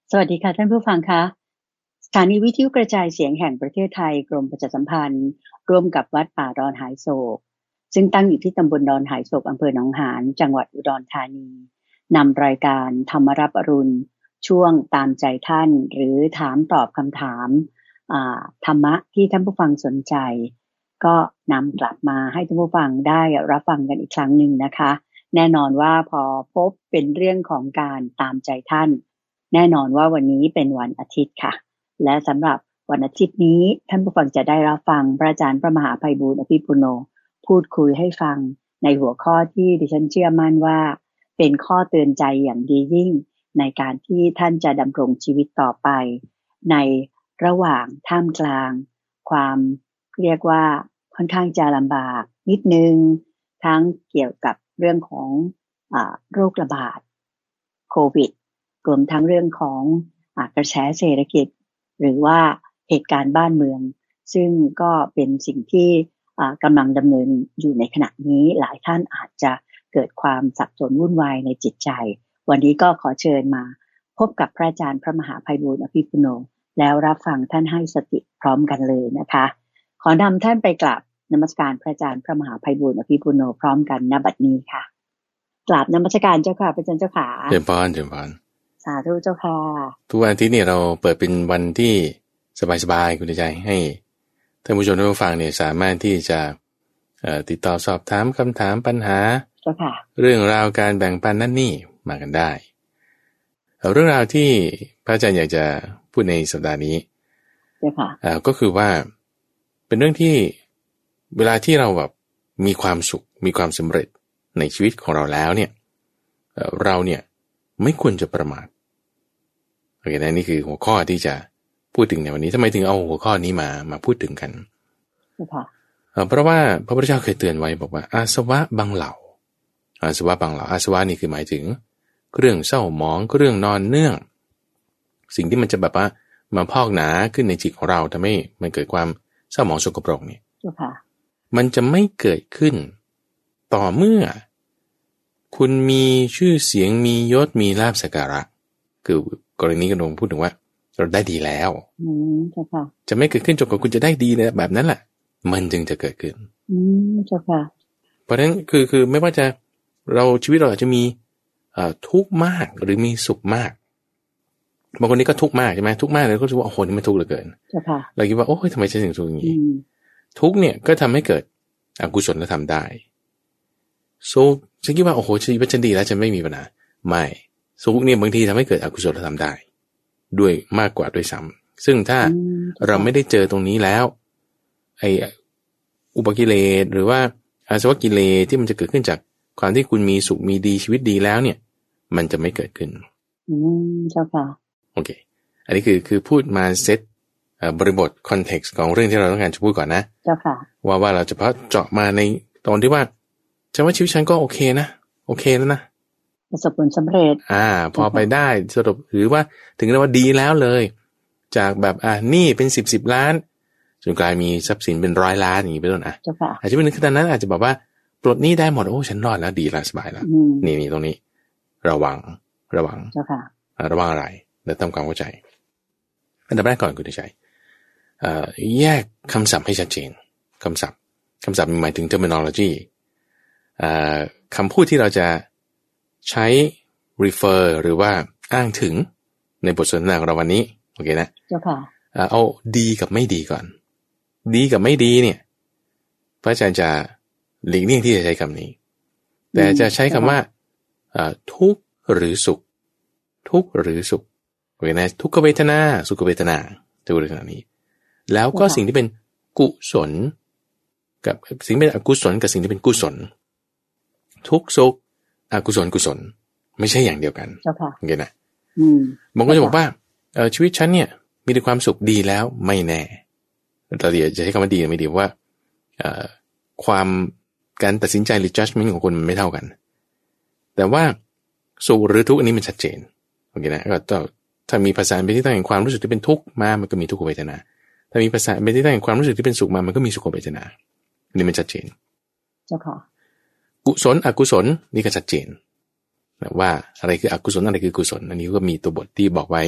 สวัสดีค่ะท่านผู้ฟังคะสถานีวิทยุกระจายเสียงแห่งประเทศไทยกรมประชาสัมพันธ์ร่วมกับวัดป่าดอนหายโศกซึ่งตั้งอยู่ที่ตำบลดอนหายโศกอำเภอหนองหานจังหวัดอุดรธานีนำรายการธรรมรับอรุณช่วงตามใจท่านหรือถามตอบคำถามธรรมะที่ท่านผู้ฟังสนใจก็นำกลับมาให้ท่านผู้ฟังได้รับฟังกันอีกครั้งหนึ่งนะคะแน่นอนว่าพอพบเป็นเรื่องของการตามใจท่านแน่นอนว่าวันนี้เป็นวันอาทิตย์ค่ะและสำหรับวันอาทิตย์นี้ท่านผู้ฟังจะได้รับฟังพระอาจารย์พระมหาไพบูลย์อภิปุโนพูดคุยให้ฟังในหัวข้อที่ดิฉันเชื่อมั่นว่าเป็นข้อเตือนใจอย่างดียิ่งในการที่ท่านจะดำรงชีวิตต่อไปในระหว่างท่ามกลางความเรียกว่าค่อนข้างจะลำบากนิดนึงทั้งเกี่ยวกับเรื่องของโรคระบาดโควิดรวมทั้งเรื่องของกระแสเศรษฐกิจหรือว่าเหตุการณ์บ้านเมืองซึ่งก็เป็นสิ่งที่กำลังดำเนินอยู่ในขณะนี้หลายท่านอาจจะเกิดความสับสนวุ่นวายในจิตใจวันนี้ก็ขอเชิญมาพบกับพระอาจารย์พระมหาไพบูลย์อภิปุโนแล้วรับฟังท่านให้สติพร้อมกันเลยนะคะขอนำท่านไปกราบนมัสการพระอาจารย์พระมหาไพบูลย์อภิปุโนพร้อมกันณบัดนี้ค่ะกราบนมัสการเจ้าค่ะพระอาจารย์เจ้าค่ะเจริญพรสาธุเจ้าค่ะทุกวันอาทิตย์เนี่ยเราเปิดเป็นวันที่สบายๆคุณใจให้ท่านผู้ชมท่านผู้ฟังเนี่ยสามารถที่จะติดต่อสอบถามคำถามปัญหาเรื่องราวการแบ่งปันนั่นนี่มากันได้เรื่องราวที่พระอาจารย์อยากจะพูดในสัปดาห์นี้ก็คือว่าเป็นเรื่องที่เวลาที่เราแบบมีความสุขมีความสำเร็จในชีวิตของเราแล้วเนี่ยเราเนี่ยไม่ควรจะประมาทโอเคนะนี่คือหัวข้อที่จะพูดถึงในวันนี้ทำไมถึงเอาหัวข้อนี้มาพูดถึงกันเพราะว่าพระพุทธเจ้าเคยเตือนไว้บอกว่าอาสวะบางเหล่าอาสวะบางเหล่าอาสวะนี่คือหมายถึงเครื่องเศร้าหมองเครื่องนอนเนื่องสิ่งที่มันจะแบบว่ามาพอกหนาขึ้นในจิตของเราทำให้มันเกิดความเศร้าหมองสกปรกเนี่ยมันจะไม่เกิดขึ้นต่อเมื่อคุณมีชื่อเสียงมียศมีลาภสักการะคือกรณีกำลังพูดถึงว่าเราได้ดีแล้วจะไม่เกิดขึ้นจนกว่าคุณจะได้ดีเลยแบบนั้นแหละมันจึงจะเกิดขึ้นเพราะฉะนั้นคือไม่ว่าจะชีวิตเราอาจจะมีทุกข์มากหรือมีสุขมากบางคนนี่ก็ทุกข์มากใช่ไหมทุกข์มากเลยก็รู้ว่าโอ้โหนี่มันทุกข์เหลือเกินเราคิดว่าโอ้ยทำไมฉันถึงทุกข์อย่างนี้ทุกข์เนี่ยก็ทำให้เกิดอกุศลธรรมได้สุขฉันคิดว่าโอ้โหชีวิตฉันดีแล้วฉันไม่มีปัญหาไม่สุขเนี่ยบางทีทำให้เกิดอกุศลธรรมได้ด้วยมากกว่าด้วยซ้ำซึ่งถ้าเราไม่ได้เจอตรงนี้แล้วไอ้อุปกิเลสหรือว่าอาสวะกิเลสที่มันจะเกิดขึ้นจากความที่คุณมีสุขมีดีชีวิตดีแล้วเนี่ยมันจะไม่เกิดขึ้นเจ้าค่ะโอเคอันนี้คือพูดมาเซตบริบทคอนเท็กซ์ของเรื่องที่เราต้องการจะพูดก่อนนะเจ้าค่ะว่าเราจะเจาะมาในตอนที่ว่าฉันว่าชีวิตฉันก็โอเคนะโอเคแล้วนะประสบผลสำเร็จพอไปได้สรุปหรือว่าถึงเรียกว่าดีแล้วเลยจากแบบนี่เป็น10 ล้านจนกลายมีทรัพย์สินเป็น100 ล้านอย่างนี้เป็นต้นอาจจะเป็นขนาดนั้นอาจจะบอกว่าปลดหนี้ได้หมดโอ้ฉันรอดแล้วดีแล้วสบายแล้วนี่ตรงนี้ระวังระวังอะไรและทำความเข้าใจอันดับแรกก่อนคุณชัยแยกคำศัพท์ให้ชัดเจนคำศัพท์หมายถึง terminology คำพูดที่เราจะใช้ refer หรือว่าอ้างถึงในบทสนทนาของเราวันนี้โอเคนะเจ้าค่ะเอาดีกับไม่ดีก่อนดีกับไม่ดีเนี่ยพระอาจารย์จะหลีกเลี่ยงที่จะใช้คำนี้แต่จะใช้คำว่าทุกข์หรือสุขทุกข์หรือสุขโอเคนะทุกขเวทนาสุขเวทนาจะพูดในขณะนี้แล้วก็สิ่งที่เป็นกุศลกับสิ่งที่เป็นอกุศลกับสิ่งที่เป็นกุศลทุกข์สุขอกุศลกุศลไม่ใช่อย่างเดียวกันโอเคนะบางคนจะบอกว่าชีวิตฉันเนี่ยมีแต่ความสุขดีแล้วไม่แน่เราเดี๋ยวจะใช้คำว่าดีไม่ดีว่าความการตัดสินใจหรือ judgment ของคนมันไม่เท่ากันแต่ว่าสุขหรือทุกข์อันนี้มันชัดเจนโอเคนะก็ถ้ามีภาษาเป็นที่ตั้งแห่งความรู้สึกที่เป็นทุกข์มามันก็มีทุกขเวทนาถ้ามีภาษาเป็นที่ตั้งแห่งความรู้สึกที่เป็นสุขมามันก็มีสุขเวทนาอันนี้มันชัดเจนเจ้าค่ะกุศลอกุศลนี่ก็ชัดเจนว่าอะไรคืออกุศลอะไรคือกุศลอันนี้ก็มีตัวบทที่บอกไว้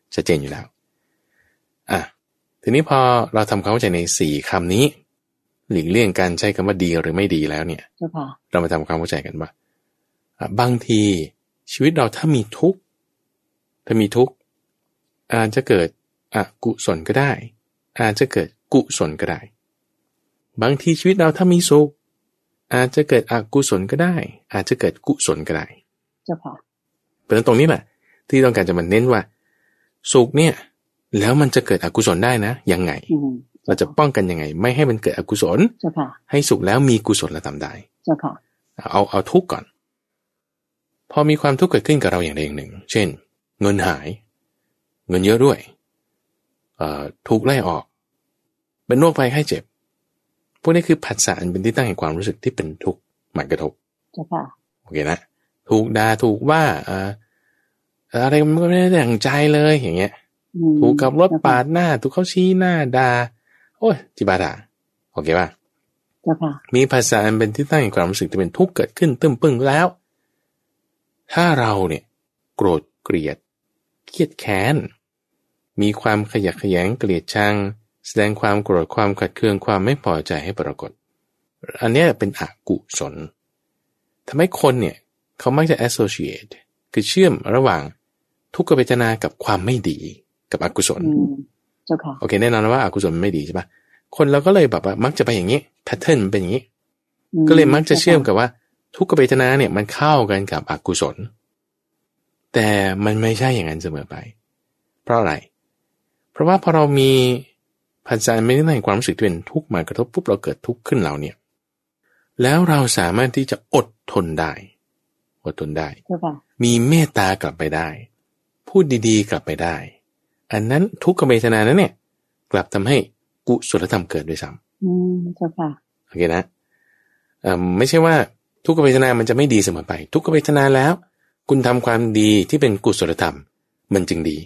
ชัดเจนอยู่แล้วทีนี้พอเราทำความเข้าใจใน4คำนี้หลีกเลี่ยงการใช้คำว่าดีหรือไม่ดีแล้วเนี่ยเรามาทำความเข้าใจกันว่าบางทีชีวิตเราถ้ามีทุกข์อาจจะเกิดอกุศลก็ได้อาจจะเกิดกุศลก็ได้บางทีชีวิตเราถ้ามีสุขอาจจะเกิดอกุศลก็ได้อาจจะเกิดกุศลก็ได้เพราะฉะนั้นตรงนี้แหละที่ต้องการจะมาเน้นว่าสุขเนี่ยแล้วมันจะเกิดอกุศลได้นะยังไงเราจะป้องกันยังไงไม่ให้มันเกิดอกุศลให้สุขแล้วมีกุศลธรรมได้เอาทุกข์ก่อนพอมีความทุกข์เกิดขึ้นกับเราอย่างใดอย่างหนึ่งเช่นเงินหายเงินเยอะด้วยถูกไล่ออกเป็นโรคภัยไข้เจ็บพวกนี้คือผัสสะอันเป็นที่ตั้งแห่งความรู้สึกที่เป็นทุกข์หมายกระทบโอเคนะถูกด่าถูกว่าอะไรมันก็ไม่ได้ดั่งใจเลยอย่างเงี้ยถูกกับรถปาดหน้าถูกเขาชี้หน้าด่าโอ้ยจิบาดาโอเคป่ะมีภาษาอันเป็นที่ตั้งแห่งความรู้สึกที่เป็นทุกข์เกิดขึ้นตึ้มปึ้งแล้วถ้าเราเนี่ยโกรธเกลียดเครียดแค้นมีความขยักขยงเกลียดชังแสดงความโกรธความขัดเคืองความไม่พอใจให้ปรากฏอันนี้เป็นอกุศลทำให้คนเนี่ยเขามักจะ associate คือเชื่อมระหว่างทุกขเวทนากับความไม่ดีกับอกุศลโอเคแน่นอนว่าอกุศลมันไม่ดีใช่ปะคนเราก็เลยแบบว่ามักจะไปอย่างนี้แพทเทิร์นเป็นอย่างนี้ก็เลยมักจะเชื่อมกับว่าทุกขเวทนาเนี่ยมันเข้ากันกับอกุศลแต่มันไม่ใช่อย่างนั้นเสมอไปเพราะอะไรเพราะว่าพอเรามีผัสสะไม่ได้ในความรู้สึกที่เป็นทุกข์มากระทบปุ๊บเราเกิดทุกข์ขึ้นเราเนี่ยแล้วเราสามารถที่จะอดทนได้มีเมตตากลับไปได้พูดดีๆกลับไปได้อันนั้นทุกขเวทนานั้นเนี่ยกลับทำให้กุศลธรรมเกิดด้วยซ้ำโอเคนะไม่ใช่ว่าทุกขเวทนามันจะไม่ดีเสมอไปทุกขเวทนาแล้วคุณทำความดีที่เป็นกุศลธรรมมันจึงดี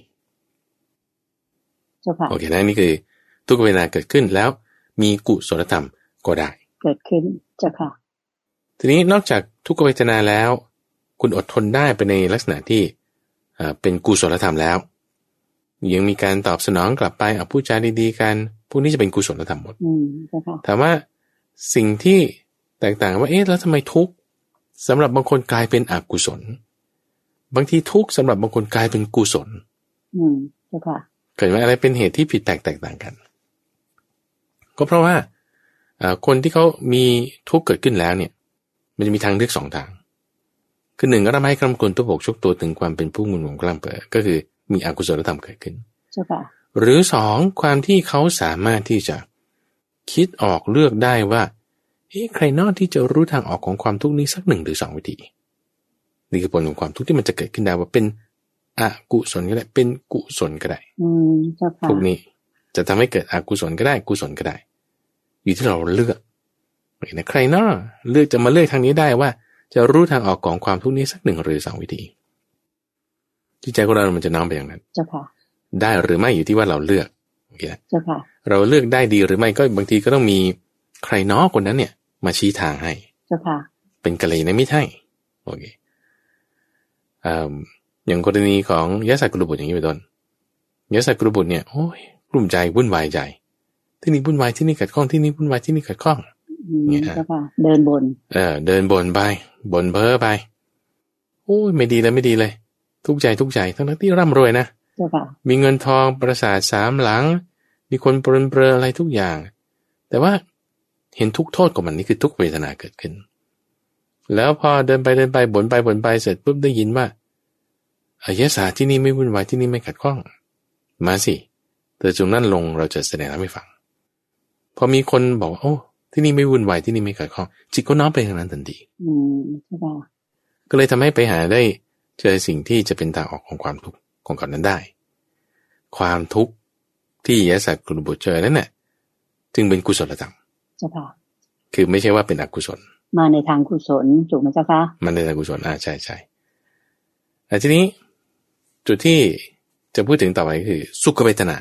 โอเคนะนี่คือทุกขเวทนาเกิดขึ้นแล้วมีกุศลธรรมก็ได้เกิดขึ้นเจ้าค่ะทีนี้นอกจากทุกขเวทนาแล้วคุณอดทนได้ไปในลักษณะที่เป็นกุศลธรรมแล้วยังมีการตอบสนองกลับไปพูดจาดีๆกันพวกนี้จะเป็นกุศลธรรมหมดถามว่าสิ่งที่แตกต่างว่าแล้วทำไมทุกข์สำหรับบางคนกลายเป็นอกุศลบางทีทุกข์สำหรับบางคนกลายเป็นกุศลเกิดว่าอะไรเป็นเหตุที่ผิดแตกต่างกันก็เพราะว่าคนที่เขามีทุกข์เกิดขึ้นแล้วเนี่ยมันจะมีทางเลือก2ทางคือ1ก็ทำให้กำกลตัวบกชกตัวถึงความเป็นผู้งุนงงกล้ามเปิดก็คือมีอกุศลธรรมเกิดขึ้นหรือ2ความที่เขาสามารถที่จะคิดออกเลือกได้ว่าใครนอกที่จะรู้ทางออกของความทุกข์นี้สัก1หรือ2วิธีนี่คือผลของความทุกข์ที่มันจะเกิดขึ้นได้ว่าเป็นอกุศลก็ได้เป็นกุศลก็ได้พวกนี้จะทำให้เกิดอกุศลก็ได้กุศลก็ได้อยู่ที่เราเลือกใครนอกเลือกจะมาเลือกทางนี้ได้ว่าจะรู้ทางออกของความทุกข์นี้สัก1หรือ2วิธีจิตใจของเรามันจะน้อมไปอย่างนั้นได้หรือไม่อยู่ที่ว่าเราเลือกโอเคเราเลือกได้ดีหรือไม่ก็บางทีก็ต้องมีใครน้อคนนั้นเนี่ยมาชี้ทางให้เป็นกัลยาณมิตรให้โอเคอย่างกรณีของยะสักกุลบุตรอย่างนี้เป็นต้นยะสักกุลบุตรเนี่ยโอ้ยกลุ่มใจวุ่นวายใจที่นี่วุ่นวายที่นี่ขัดข้องที่นี่วุ่นวายที่นี่ขัดข้องเนี่ยเดินบนเดินบนไปบนเพ้อไปโอ้ยไม่ดีเลยไม่ดีเลยทุกข์ใจทั้งที่ร่ำรวยนะมีเงินทองปราสาท3 หลังมีคนปรนเปรออะไรทุกอย่างแต่ว่าเห็นทุกโทษของมันนี่คือทุกเวทนาเกิดขึ้นแล้วพอเดินไปบ่นไปเสร็จปุ๊บได้ยินว่าอายะสาที่นี่ไม่วุ่นวายที่นี่ไม่ขัดข้องมาสิเธอจงนั่นลงเราจะแสดงให้ฟังพอมีคนบอกโอ้ที่นี่ไม่วุ่นวายที่นี่ไม่ขัดข้องจิตก็น้อมไปทางนั้นทันทีก็เลยทำให้ไปหาได้เจอสิ่งที่จะเป็นทางออกของความทุกข์ของเขานั้นได้ความทุกข์ที่ยะสักกุลบุตรเจอนั่นน่ะจึงเป็นกุศลธรรมคือไม่ใช่ว่าเป็นอกุศลมาในทางกุศลถูกไหมเจ้าคะมันในทางกุศลใช่แต่ทีนี้จุดที่จะพูดถึงต่อไปก็คือสุขเวทนา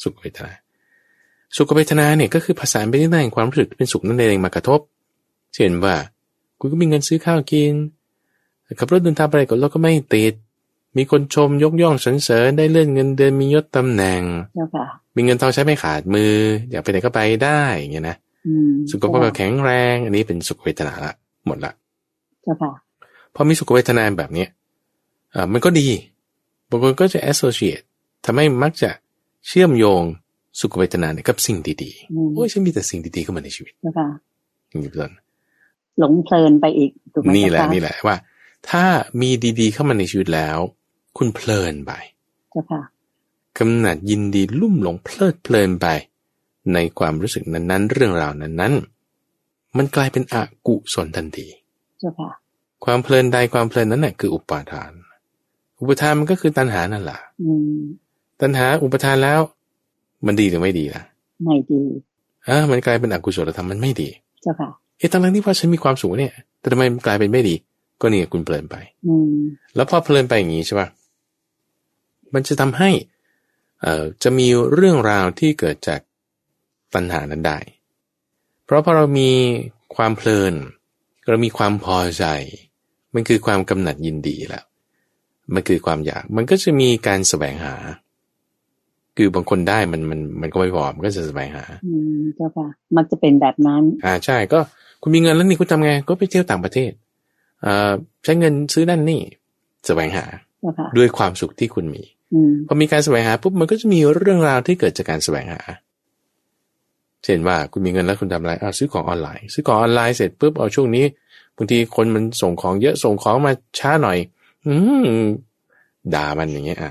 เนี่ยก็คือภาษาเป็นที่ตั้งแห่งความรู้สึกเป็นสุขนั่นเองมากระทบเช่นว่าคุณก็มีเงินซื้อข้าวกินขับรถเดินทางไปก็เราก็ไม่ติดมีคนชมยกย่องสรรเสริญได้เลื่อนเงินเดือนมียศตำแหน่งมีเงินทองใช้ไม่ขาดมืออยากไปไหนก็ไปได้อย่างเงี้ยนะสุขภาพแข็งแรงอันนี้เป็นสุขเวทนาละหมดละพอมีสุขเวทนาแบบนี้มันก็ดีบางคนก็จะ associate ทำให้มักจะเชื่อมโยงสุขเวทนาเนี่ยกับสิ่งดีๆโอ้ยฉันมีแต่สิ่งดีๆเข้ามาในชีวิตอย่างนี้เป็นต้นหลงเพลินไปอีกนี่แหละว่าถ้ามีดีๆเข้ามาในชีวิตแล้วคุณเพลินไปกำหนัดยินดีลุ่มหลงเพลิดเพลินไปในความรู้สึกนั้นๆเรื่องราวนั้นๆมันกลายเป็นอกุศลทันทีความเพลินใดความเพลินนั้นน่ะคืออุปาทานอุปทานมันก็คือตัณหานั่นแหละตัณหาอุปทานแล้วมันดีหรือไม่ดีล่ะไม่ดีมันกลายเป็นอกุศลธรรมมันไม่ดีเจ้าค่ะทั้งที่ว่าฉันมีความสุขเนี่ยแต่ทำไมมันกลายเป็นไม่ดีก็นี่คุณเพลินไปแล้วพอเพลินไปอย่างนี้ใช่ป่ะมันจะทำให้จะมีเรื่องราวที่เกิดจากตัณหานั้นได้เพราะพอเรามีความเพลินเรามีความพอใจมันคือความกำหนัดยินดีแล้วมันคือความอยากมันก็จะมีการแสวงหาคือบางคนได้มันก็ไม่พอมันก็จะแสวงหาเจ้าค่ะมักจะเป็นแบบนั้นใช่ก็คุณมีเงินแล้วนี่คุณทำไงก็ไปเที่ยวต่างประเทศใช้เงินซื้อนั่นนี่แสวงหาด้วยความสุขที่คุณมีพอมีการแสวงหาปุ๊บมันก็จะมีเรื่องราวที่เกิดจากการแสวงหาเช่นว่าคุณมีเงินแล้วคุณทำอะไรซื้อของออนไลน์ซื้อของออนไลน์เสร็จปุ๊บช่วงนี้บางทีคนมันส่งของเยอะส่งของมาช้าหน่อยด่ามันอย่างเงี้ย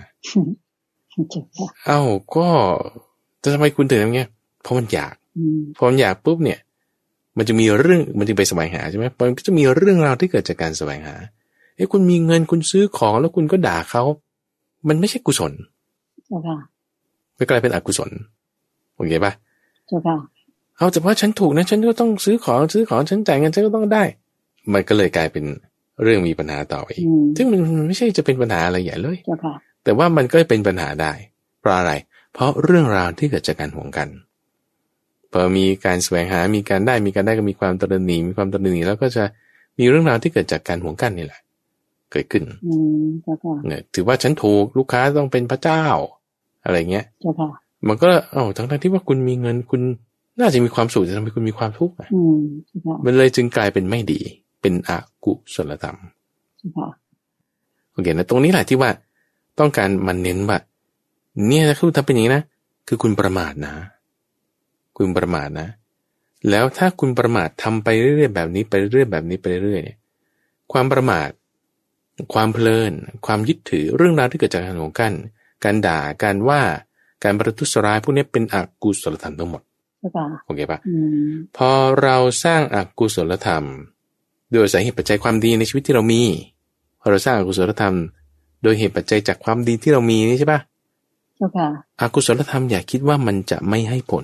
ก็แต่ทำไมคุณถึงอย่างเงี้ยเพราะมันอยากพอมันอยากปุ๊บเนี่ยมันจะมีเรื่องมันจึงไปแสวงหาใช่ไหมมันก็จะมีเรื่องราวที่เกิดจากการแสวงหาคุณมีเงินคุณซื้อของแล้วคุณก็ด่าเขามันไม่ใช่กุศลไม่กลายเป็นอกุศลโอเคป่ะแต่ว่าฉันถูกนะฉันก็ต้องซื้อของฉันจ่ายเงินฉันก็ต้องได้มันก็เลยกลายเป็นเรื่องมีปัญหาต่อไปซึ่งมันไม่ใช่จะเป็นปัญหาอะไรใหญ่เลยแต่ว่ามันก็เป็นปัญหาได้เพราะอะไรเพราะเรื่องราวที่เกิดจากการหวงกันพอมีการแสวงหามีการได้ก็มีความตระหนี่มีความตระหนี่แล้วก็จะมีเรื่องราวที่เกิดจากการหวงกันนี่แหละเกิดขึ้นเนี่ยถือว่าฉันถูกลูกค้าต้องเป็นพระเจ้าอะไรเงี้ยมันก็ทั้งที่ว่าคุณมีเงินคุณน่าจะมีความสุขแต่ทำไมคุณมีความทุกข์มันเลยจึงกลายเป็นไม่ดีเป็นอกุศลธรรมโอเคนะตรงนี้แหละที่ว่าต้องการมันเน้นว่าเนี่ยถ้าคุณทำเป็นอย่างนี้นะคือคุณประมาทนะคุณประมาทนะแล้วถ้าคุณประมาททำไปเรื่อยๆแบบนี้ไปเรื่อยๆแบบนี้ไปเรื่อยๆเนี่ยความประมาทความเพลินความยึดถือเรื่องราวที่เกิดจากการหวงกันการด่าการว่าการประทุษร้ายพวกนี้เป็นอกุศลธรรมทั้งหมดโอเคปะพอเราสร้างอกุศลธรรมโดยสาเหตุปัจจัยความดีในชีวิตที่เรามีพอเราสร้างอกุศลธรรมโดยเหตุปัจจัยจากความดีที่เรามีนี่ใช่ปะอกุศลธรรมอย่าคิดว่ามันจะไม่ให้ผล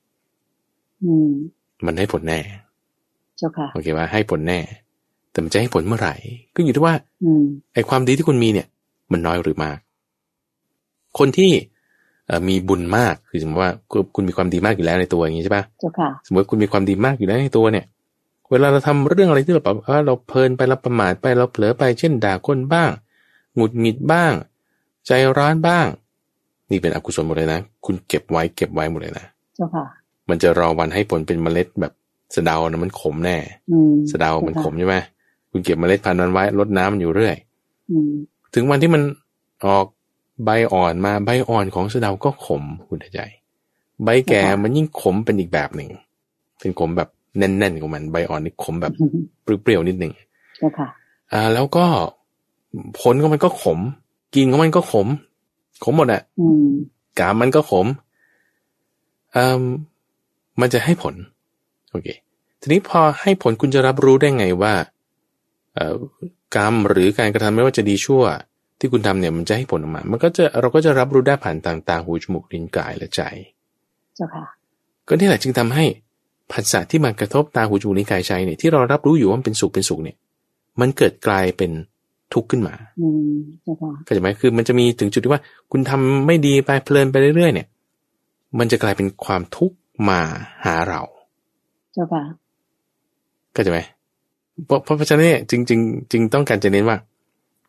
มันให้ผลแน่โอเคว่าให้ผลแน่แต่มันจะให้ผลเมื่อไหร่ก็อยู่ที่ว่าไอ้ความดีที่คุณมีเนี่ยมันน้อยหรือมากคนที่มีบุญมากคือสมมติว่าคุณมีความดีมากอยู่แล้วในตัวอย่างนี้ใช่ปะสมมติคุณมีความดีมากอยู่แล้วในตัวเนี่ยเวลาเราทำเรื่องอะไรที่เราเราเพลินไปเราประมาทไปเราเผลอไปเช่นด่าคนบ้างหงุดหงิดบ้างใจร้อนบ้างนี่เป็นอกุศลหมดเลยนะคุณเก็บไว้หมดเลยนะมันจะรอวันให้ผลเป็นเมล็ดแบบสะเดานะมันขมแน่สะเดามันขมใช่ไหมคุณเก็บเมล็ดพันธุ์นั้นไว้รดน้ำมันอยู่เรื่อยถึงวันที่มันออกใบอ่อนมาใบอ่อนของสะเดาก็ขมคุณใจใบแก่มันยิ่งขมเป็นอีกแบบหนึ่งเป็นขมแบบแน่นๆของมันใบอ่อนนี่ขมแบบเปรี้ยวๆนิดหนึ่งแล้วก็ผลของมันก็ขมกินของมันก็ขมหมดอ่ะกามมันก็ขมมันจะให้ผลโอเคทีนี้พอให้ผลคุณจะรับรู้ได้ไงว่ากรรมหรือการกระทำไม่ว่าจะดีชั่วที่คุณทำเนี่ยมันจะให้ผลออกมามันก็จะเราก็จะรับรู้ได้ผ่านทางตาหูจมูกลิ้นกายและใจเจ้าค่ะก็นี่แหละจึงทำให้ผัสสะที่มากระทบตาหูจมูกลิ้นกายใจเนี่ยที่เรารับรู้อยู่ว่ามันเป็นสุขเนี่ยมันเกิดกลายเป็นทุกข์ขึ้นมาเจ้าค่ะเข้าใจไหมคือมันจะมีถึงจุดที่ว่าคุณทำไม่ดีไปเพลินไปเรื่อยๆเนี่ยมันจะกลายเป็นความทุกข์มาหาเราเจ้าค่ะเข้าใจไหมเพราะฉะนั้นเนี่ยจริงต้องการจะเน้นว่า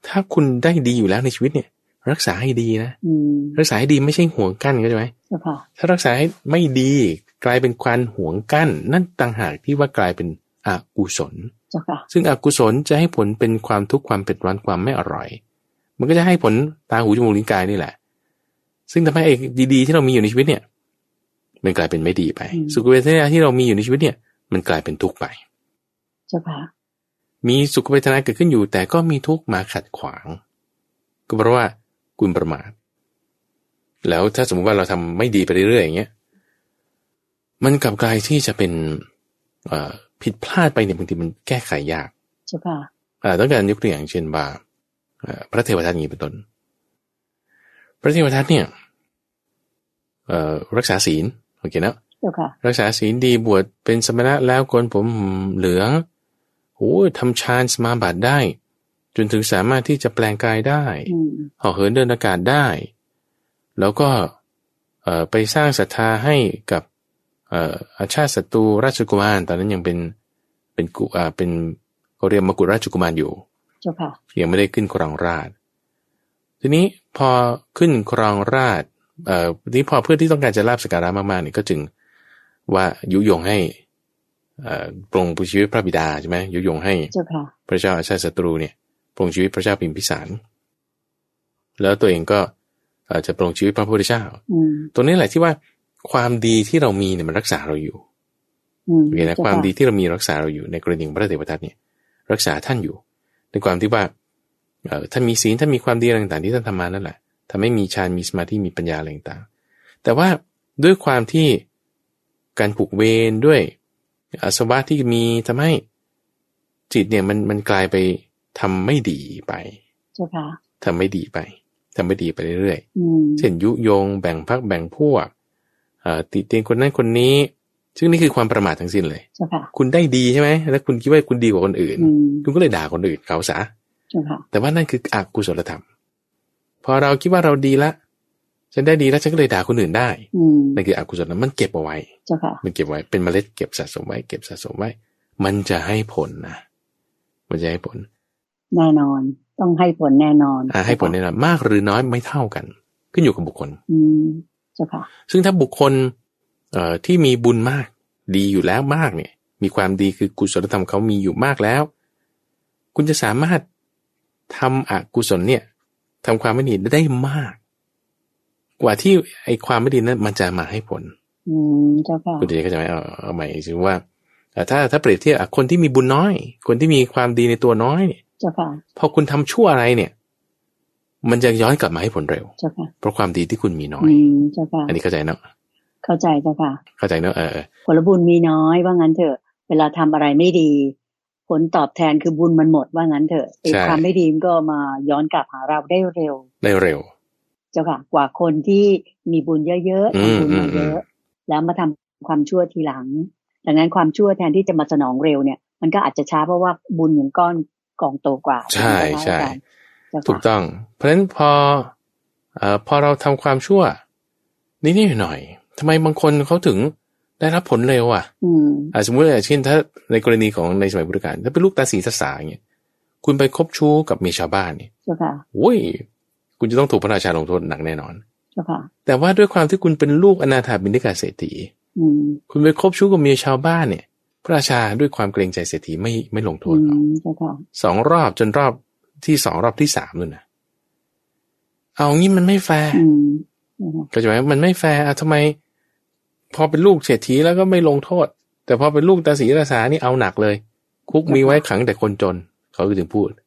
ถ้าคุณได้ดีอยู่แล้วในชีวิตเนี่ยรักษาให้ดีนะรักษาให้ดีไม่ใช่ห่วงกั้นเข้าใจไหมถ้ารักษาให้ไม่ดีกลายเป็นการห่วงกั้นนั่นต่างหากที่ว่ากลายเป็นอกุศลซึ่งอกุศลจะให้ผลเป็นความทุกข์ความเผ็ดร้อนความไม่อร่อยมันก็จะให้ผลตาหูจมูกลิ้นกายนี่แหละซึ่งทำให้ไอ้ดีๆที่เรามีอยู่ในชีวิตเนี่ยมันกลายเป็นไม่ดีไปสุขเวทนาที่เรามีอยู่ในชีวิตเนี่ยมันกลายเป็นทุกข์ไปเจ้าค่ะมีสุขเวทนาเกิดขึ้นอยู่แต่ก็มีทุกข์มาขัดขวางก็เพราะว่าคุณประมาทแล้วถ้าสมมติว่าเราทำไม่ดีไปเรื่อยๆอย่างเงี้ยมันกลับกลายที่จะเป็นผิดพลาดไปเนี่ยบางทีมันแก้ไขยากใช่ค่ะต้องการยกตัวอย่างเช่นว่าพระเทวทัตอย่างนี้เป็นต้นพระเทวทัตเนี่ยรักษาศีลโอเคนะรักษาศีลดีบวชเป็นสมณะแล้วโกนผมเหลืองโอ้ทำฌานสมาบัติได้จนถึงสามารถที่จะแปลงกายได้ห่อเหินเดินอากาศได้แล้วก็ไปสร้างศรัทธาให้กับอาชาติศัตรูราชกุมารตอนนั้นยังเป็นเขาเรียกมกุฎราชกุมารอยู่ยังไม่ได้ขึ้นครองราชย์ทีนี้พอขึ้นครองราชย์นี้พอเพื่อที่ต้องการจะลาภสักการะมากๆเนี่ยก็จึงว่ายุยงให้ปรงชีวิตพระบิดาใช่ไหมยุยงให้พระเจ้าอาชาติศัตรูเนี่ยปรงชีวิตพระเจ้าพิมพิสารแล้วตัวเองก็จะปรงชีวิตพระพุทธเจ้าตรงนี้แหละที่ว่าความดีที่เรามีเนี่ยมันรักษาเราอยู่โอเคนะความดีที่เรามีรักษาเราอยู่ในกรณีพระเทวทัตเนี่ยรักษาท่านอยู่ในความที่ว่าท่านมีศีลท่านมีความดีต่างๆที่ท่านทำมานั่นแหละทำให้มีฌานมีสมาธิมีปัญญาอะไรต่างๆแต่ว่าด้วยความที่การผูกเวรด้วยอาสวะที่มีทำให้จิตเนี่ยมันกลายไปทำไม่ดีไปทำไม่ดีไปเรื่อยๆเช่นยุยงแบ่งพรรคแบ่งพวกติเตียนคนนั้นคนนี้ซึ่งนี่คือความประมาททั้งสิ้นเลยคุณได้ดีใช่ไหมแล้วคุณคิดว่าคุณดีกว่าคนอื่นคุณก็เลยด่าคนอื่นเขาซะแต่ว่านั่นคืออกุศลธรรมพอเราคิดว่าเราดีละฉันได้ดีแล้วฉันก็เลยด่าคนอื่นได้นั่นคืออกุศลธรรมมันเก็บเอาไว้มันเก็บไว้เป็นเมล็ดเก็บสะสมไว้เก็บสะสมไว้มันจะให้ผลนะมันจะให้ผลแน่นอนต้องให้ผลแน่นอนให้ผลแน่นอนมากหรือน้อยไม่เท่ากันขึ้นอยู่กับบุคคลเจ้าค่ะซึ่งถ้าบุคคลที่มีบุญมากดีอยู่แล้วมากเนี่ยมีความดีคือกุศลธรรมเขามีอยู่มากแล้วคุณจะสามารถทำอกุศลเนี่ยทำความไม่ดีได้มากกว่าที่ไอ้ความไม่ดีนั้นมันจะมาให้ผลเจ้าค่ะคุณจะเข้าใจไหมเอาใหม่คือว่าถ้าเปรียบเทียบคนที่มีบุญน้อยคนที่มีความดีในตัวน้อยเนี่ยเจ้าค่ะพอคุณทำชั่วอะไรเนี่ยมันจะย้อนกลับมาให้ผลเร็วเพราะความดีที่คุณมีน้อยเจ้าค่ะอันนี้เข้าใจเนาะเข้าใจเจ้าค่ะเข้าใจเนาะผลบุญมีน้อยว่างั้นเถอะเวลาทำอะไรไม่ดีผลตอบแทนคือบุญมันหมดว่างั้นเถอะไอ้ความไม่ดีก็มาย้อนกลับหาเราได้เร็วเจ้าค่ะกว่าคนที่มีบุญเยอะๆทำบุญมาเยอะแล้วมาทำความชั่วทีหลังดังนั้นความชั่วแทนที่จะมาสนองเร็วเนี่ยมันก็อาจจะช้าเพราะว่าบุญอย่างก้อนกองโตกว่าใช่ใช่ถูกต้องเพราะฉะนั้นพอเราทำความชั่วนิดๆหน่อยๆทำไมบางคนเขาถึงได้รับผลเร็วสมมติเช่นถ้าในกรณีของในสมัยพุทธกาลถ้าเป็นลูกตาสีตาสาอย่างเงี้ยคุณไปคบชู้กับเมียชาวบ้านนี่โอ้ยคุณจะต้องถูกพระราชาลงโทษหนักแน่นอนแต่ว่าด้วยความที่คุณเป็นลูกอนาถาบิณฑิกาเศรษฐีคุณไปคบชู้กับเมียชาวบ้านเนี่ยพระราชาด้วยความเกรงใจเศรษฐีไม่ลงโทษเขา2 รอบจนรอบที่2รอบที่3นู่นนะเอางี้มันไม่แฟร์เข้าใจไหมมันไม่แฟร์ทำไมพอเป็นลูกเศรษฐีแล้วก็ไม่ลงโทษแต่พอเป็นลูกตาสีตาสานี่เอาหนักเลยคุกมีไว้ขังแต่คนจนเขาก็ถึงพูด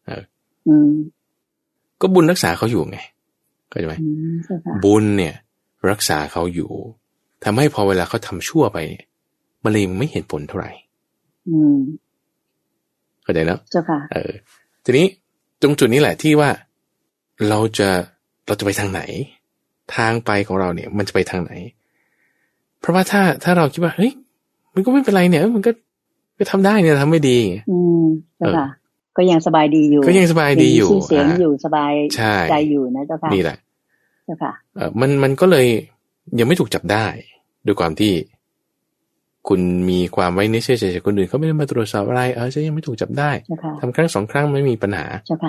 ก็บุญรักษาเขาอยู่ไงเข้าใจไหมบุญเนี่ยรักษาเขาอยู่ทำให้พอเวลาเขาทำชั่วไปเนี่ยมันเลยไม่เห็นผลเท่าไหร่เข้าใจแล้วเจ้าค่ะทีนี้ตรงจุดนี้แหละที่ว่าเราจะไปทางไหนทางไปของเราเนี่ยมันจะไปทางไหนเพราะว่าถ้าเราคิดว่าเฮ้ยมันก็ไม่เป็นไรเนี่ยมันก็ทำได้เนี่ยทำไม่ดีเจ้าค่ะก็ยังสบายดีอยู่ก็ยังสบายดีอยู่เสียงอยู่สบายใจอยู่นะเจ้าค่ะนี่แหละเจ้าค่ะมันก็เลยยังไม่ถูกจับได้ด้วยความที่คุณมีความไว้เนื้อเชื่อใจจากคนอื่นเขาไม่ได้มาตรวจสอบอะไรจะยังไม่ถูกจับได้ทำครั้ง2 ครั้งไม่มีปัญหา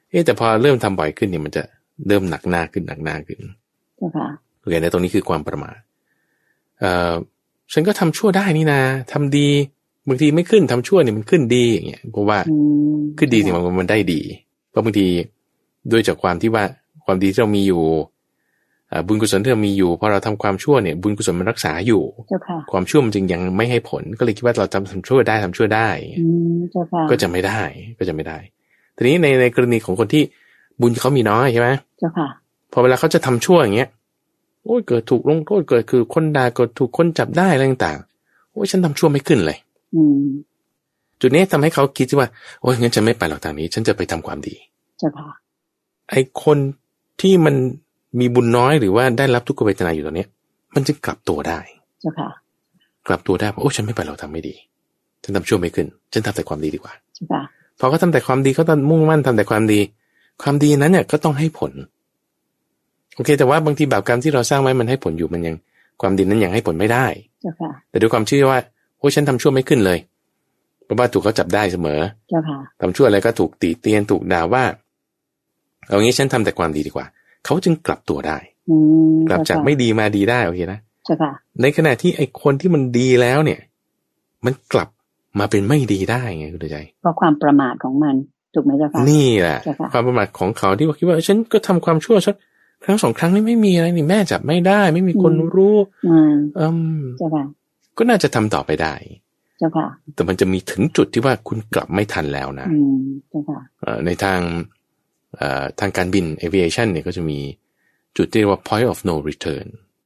แต่พอเริ่มทำบ่อยขึ้นเนี่ยมันจะเริ่มหนักหน้าขึ้นโอเคในตรงนี้คือความประมาทฉันก็ทำชั่วได้นี่นาทำดีบางทีไม่ขึ้นทำชั่วเนี่ยมันขึ้นดีอย่างเงี้ยเพราะว่าขึ้นดีเนี่ยมันได้ดีเพราะบางทีด้วยจากความที่ว่าความดีที่เรามีอยู่บุญกุศลที่เรามีอยู่พอเราทำความชั่วเนี่ยบุญกุศลมันรักษาอยู่ความชั่วมันจึงยังไม่ให้ผลก็เลยคิดว่าเราทำชั่วได้ก็จะไม่ได้ทีนี้ในกรณีของคนที่บุญเขามีน้อยใช่ไหมพอเวลาเขาจะทำชั่วอย่างเงี้ยโอ้ยเกิดถูกลงโทษเกิดคือคนด่าเกิดถูกคนจับได้อะไรต่างๆโอ้ยฉันทำชั่วไม่ขึ้นเลยจุดนี้ทำให้เขาคิดว่าโอ้ยงั้นฉันไม่ไปหรอกทางนี้ฉันจะไปทำความดีไอ้คนที่มันมีบุญน้อยหรือว่าได้รับทุกขเวทนาอยู่ตอนนี้มันจะกลับตัวได้กลับตัวได้เพราะโอ้ฉันไม่ไปหรอกทำไม่ดีฉันทำชั่วไม่ขึ้นฉันทำแต่ความดีดีกว่าพอเขาทำแต่ความดีเขาต้องมุ่งมั่นทำแต่ความดีนั้นเนี่ยก็ต้องให้ผลโอเคแต่ว่าบางทีบาปกรรมที่เราสร้างไว้มันให้ผลอยู่มันยังความดีนั้นยังให้ผลไม่ได้แต่ด้วยความเชื่อว่าโอ้ฉันทำชั่วไม่ขึ้นเลยเพราะว่าถูกเขาจับได้เสมอทำชั่วอะไรก็ถูกตีเตียนถูกด่าว่าเอางี้ฉันทำแต่ความดีดีกว่าเขาจึงกลับตัวได้กลับจากไม่ดีมาดีได้โอเคนะในขณะที่ไอ้คนที่มันดีแล้วเนี่ยมันกลับมาเป็นไม่ดีได้ไงคุณใจเพราะความประมาทของมันถูกไหมเจ้าค่ะนี่แหละความประมาทของเขาที่ว่าคิดว่าฉันก็ทำความชั่วสักครั้งสองครั้งนี่ไม่มีอะไรนี่แม่จับไม่ได้ไม่มีคนรู้เจ้าค่ะก็น่าจะทำต่อไปได้เจ้าค่ะแต่มันจะมีถึงจุดที่ว่าคุณกลับไม่ทันแล้วนะเจ้าค่ะในทางการบิน aviation เนี่ยก็จะมีจุดที่เรียกว่า point of no return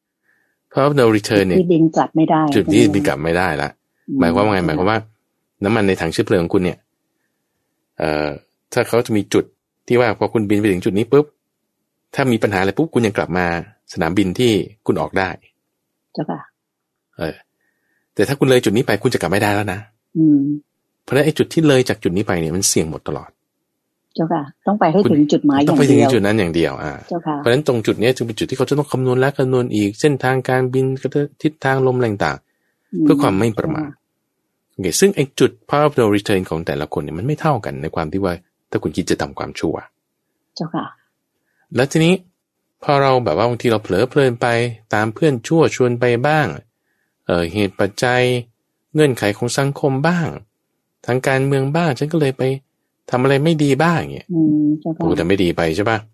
point of no return เนี่ยจุดที่บินกลับไม่ได้จุดที่บินกลับไม่ได้ละหมายความว่าไงหมายความว่าน้ำมันในถังเชื้อเพลิงของคุณเนี่ยถ้าเขาจะมีจุดที่ว่าพอคุณบินไปถึงจุดนี้ปุ๊บถ้ามีปัญหาอะไรปุ๊บคุณยังกลับมาสนามบินที่คุณออกได้เจ้าค่ะแต่ถ้าคุณเลยจุดนี้ไปคุณจะกลับไม่ได้แล้วนะเพราะฉะนั้นไอ้จุดที่เลยจากจุดนี้ไปเนี่ยมันเสี่ยงหมดตลอดเจ้าค่ะต้องไปให้ถึงจุดหมายอย่างเดียวต้องไปถึงจุดนั้นอย่างเดียวเจ้าค่ะเพราะฉะนั้นตรงจุดนี้จึงเป็นจุดที่เขาจะต้องคำนวณและคำนวณอีกเส้นทางการบินทิศทางลมต่างๆเพื่อความไม่ประมาทโอเคซึ่งไอ้จุด point of no return ของแต่ละคนเนี่ยมันไม่เท่ากันในความที่ว่าถ้าคุณคิดจะทำความชั่วเจ้าค่ะแล้วทีนี้พอเราแบบว่าบางทีเราเผลอเพลินไปตามเพื่อนชั่วชวนไปบ้างเหตุปัจจัยเงื่อนไขของสังคมบ้างทางการเมืองบ้างฉันก็เลยไปทำอะไรไม่ดีบ้างเงี้ยพูดแต่ไม่ดีไปใช่ป่ะ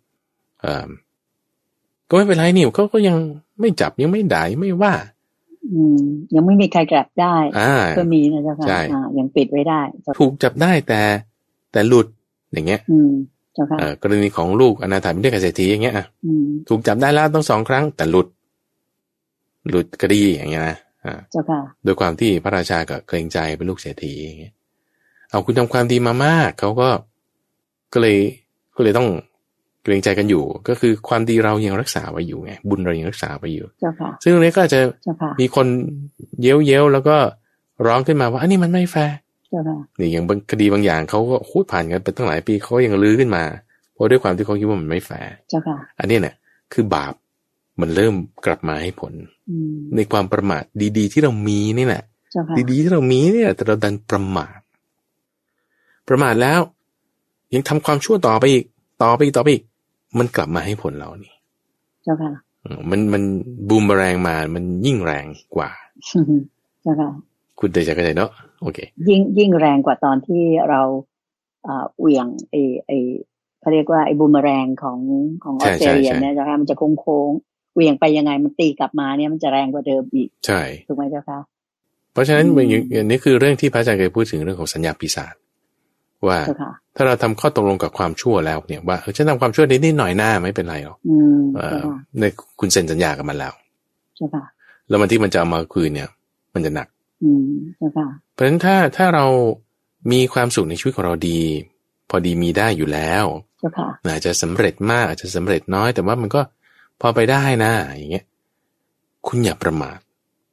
ก็ไม่เป็นไรนี่เขาก็ยังไม่จับยังไม่ด่าไม่ว่ายังไม่มีใครจับได้ก็มีนะเจ้าค่ะยังปิดไว้ได้ถูกจับได้แต่หลุดอย่างเงี้ยกรณีของลูกอนาถาบิณฑิกเศรษฐีอย่างเงี้ยถูกจับได้แล้วต้อง2 ครั้งแต่หลุดคดีอย่างเงี้ยนะโดยความที่พระราชาก็เกรงใจเป็นลูกเศรษฐีอย่างเงี้ยเอาคุณทำความดีมามากเขาก็เลยต้องเกรงใจกันอยู่ก็คือความดีเรายังรักษาไว้อยู่ไงบุญเรายังรักษาไว้อยู่ซึ่งตรงนี้ก็จะมีคนเย้ยวแล้วก็ร้องขึ้นมาว่าอันนี้มันไม่แฟร์นี่อย่างบางคดีบางอย่างเขาก็พูดผ่านกันไปตั้งหลายปีเขายังลื้อขึ้นมาเพราะด้วยความที่เขาคิดว่ามันไม่แฟร์อันนี้เนี่ยคือบาปมันเริ่มกลับมาให้ผลในความประมาทดีๆที่เรามีนี่แหละดีๆที่เรามีเนี่ยแต่เราดันประมาทแล้วยังทำความชั่วต่อไปอีกมันกลับมาให้ผลเรานี่เจ้าค่ะมันบูมแรงมามันยิ่งแรงกว่าเจ้าค่ะคุณได้ใจกันเลยเนาะโอเคยิ่งแรงกว่าตอนที่เราเหวี่ยงไอเขาเรียกว่าไอบูมแรงของออสเตรเลียเนี่ยเจ้าค่ะมันจะโค้งเหวี่ยงไปยังไงมันตีกลับมาเนี่ยมันจะแรงกว่าเดิมอีกใช่ถูกไหมเจ้าค่ะเพราะฉะนั้นอย่างนี้คือเรื่องที่พระอาจารย์เคยพูดถึงเรื่องของสัญญาปีศาจว่าถ้าเราทำข้อตกลงกับความชั่วแล้วเนี่ยว่าฉันทำความชั่วนิดหน่อยหน้าไม่เป็นไรหรอกในคุณเซ็นสัญญากับมันแล้วใช่ป่ะแล้วมันที่มันจะเอามาคืนเนี่ยมันจะหนักใช่ป่ะเพราะฉะนั้นถ้าเรามีความสุขในชีวิตของเราดีพอดีมีได้อยู่แล้วใช่ป่ะอาจจะสำเร็จมากอาจจะสำเร็จน้อยแต่ว่ามันก็พอไปได้นะอย่างเงี้ยคุณอย่าประมาท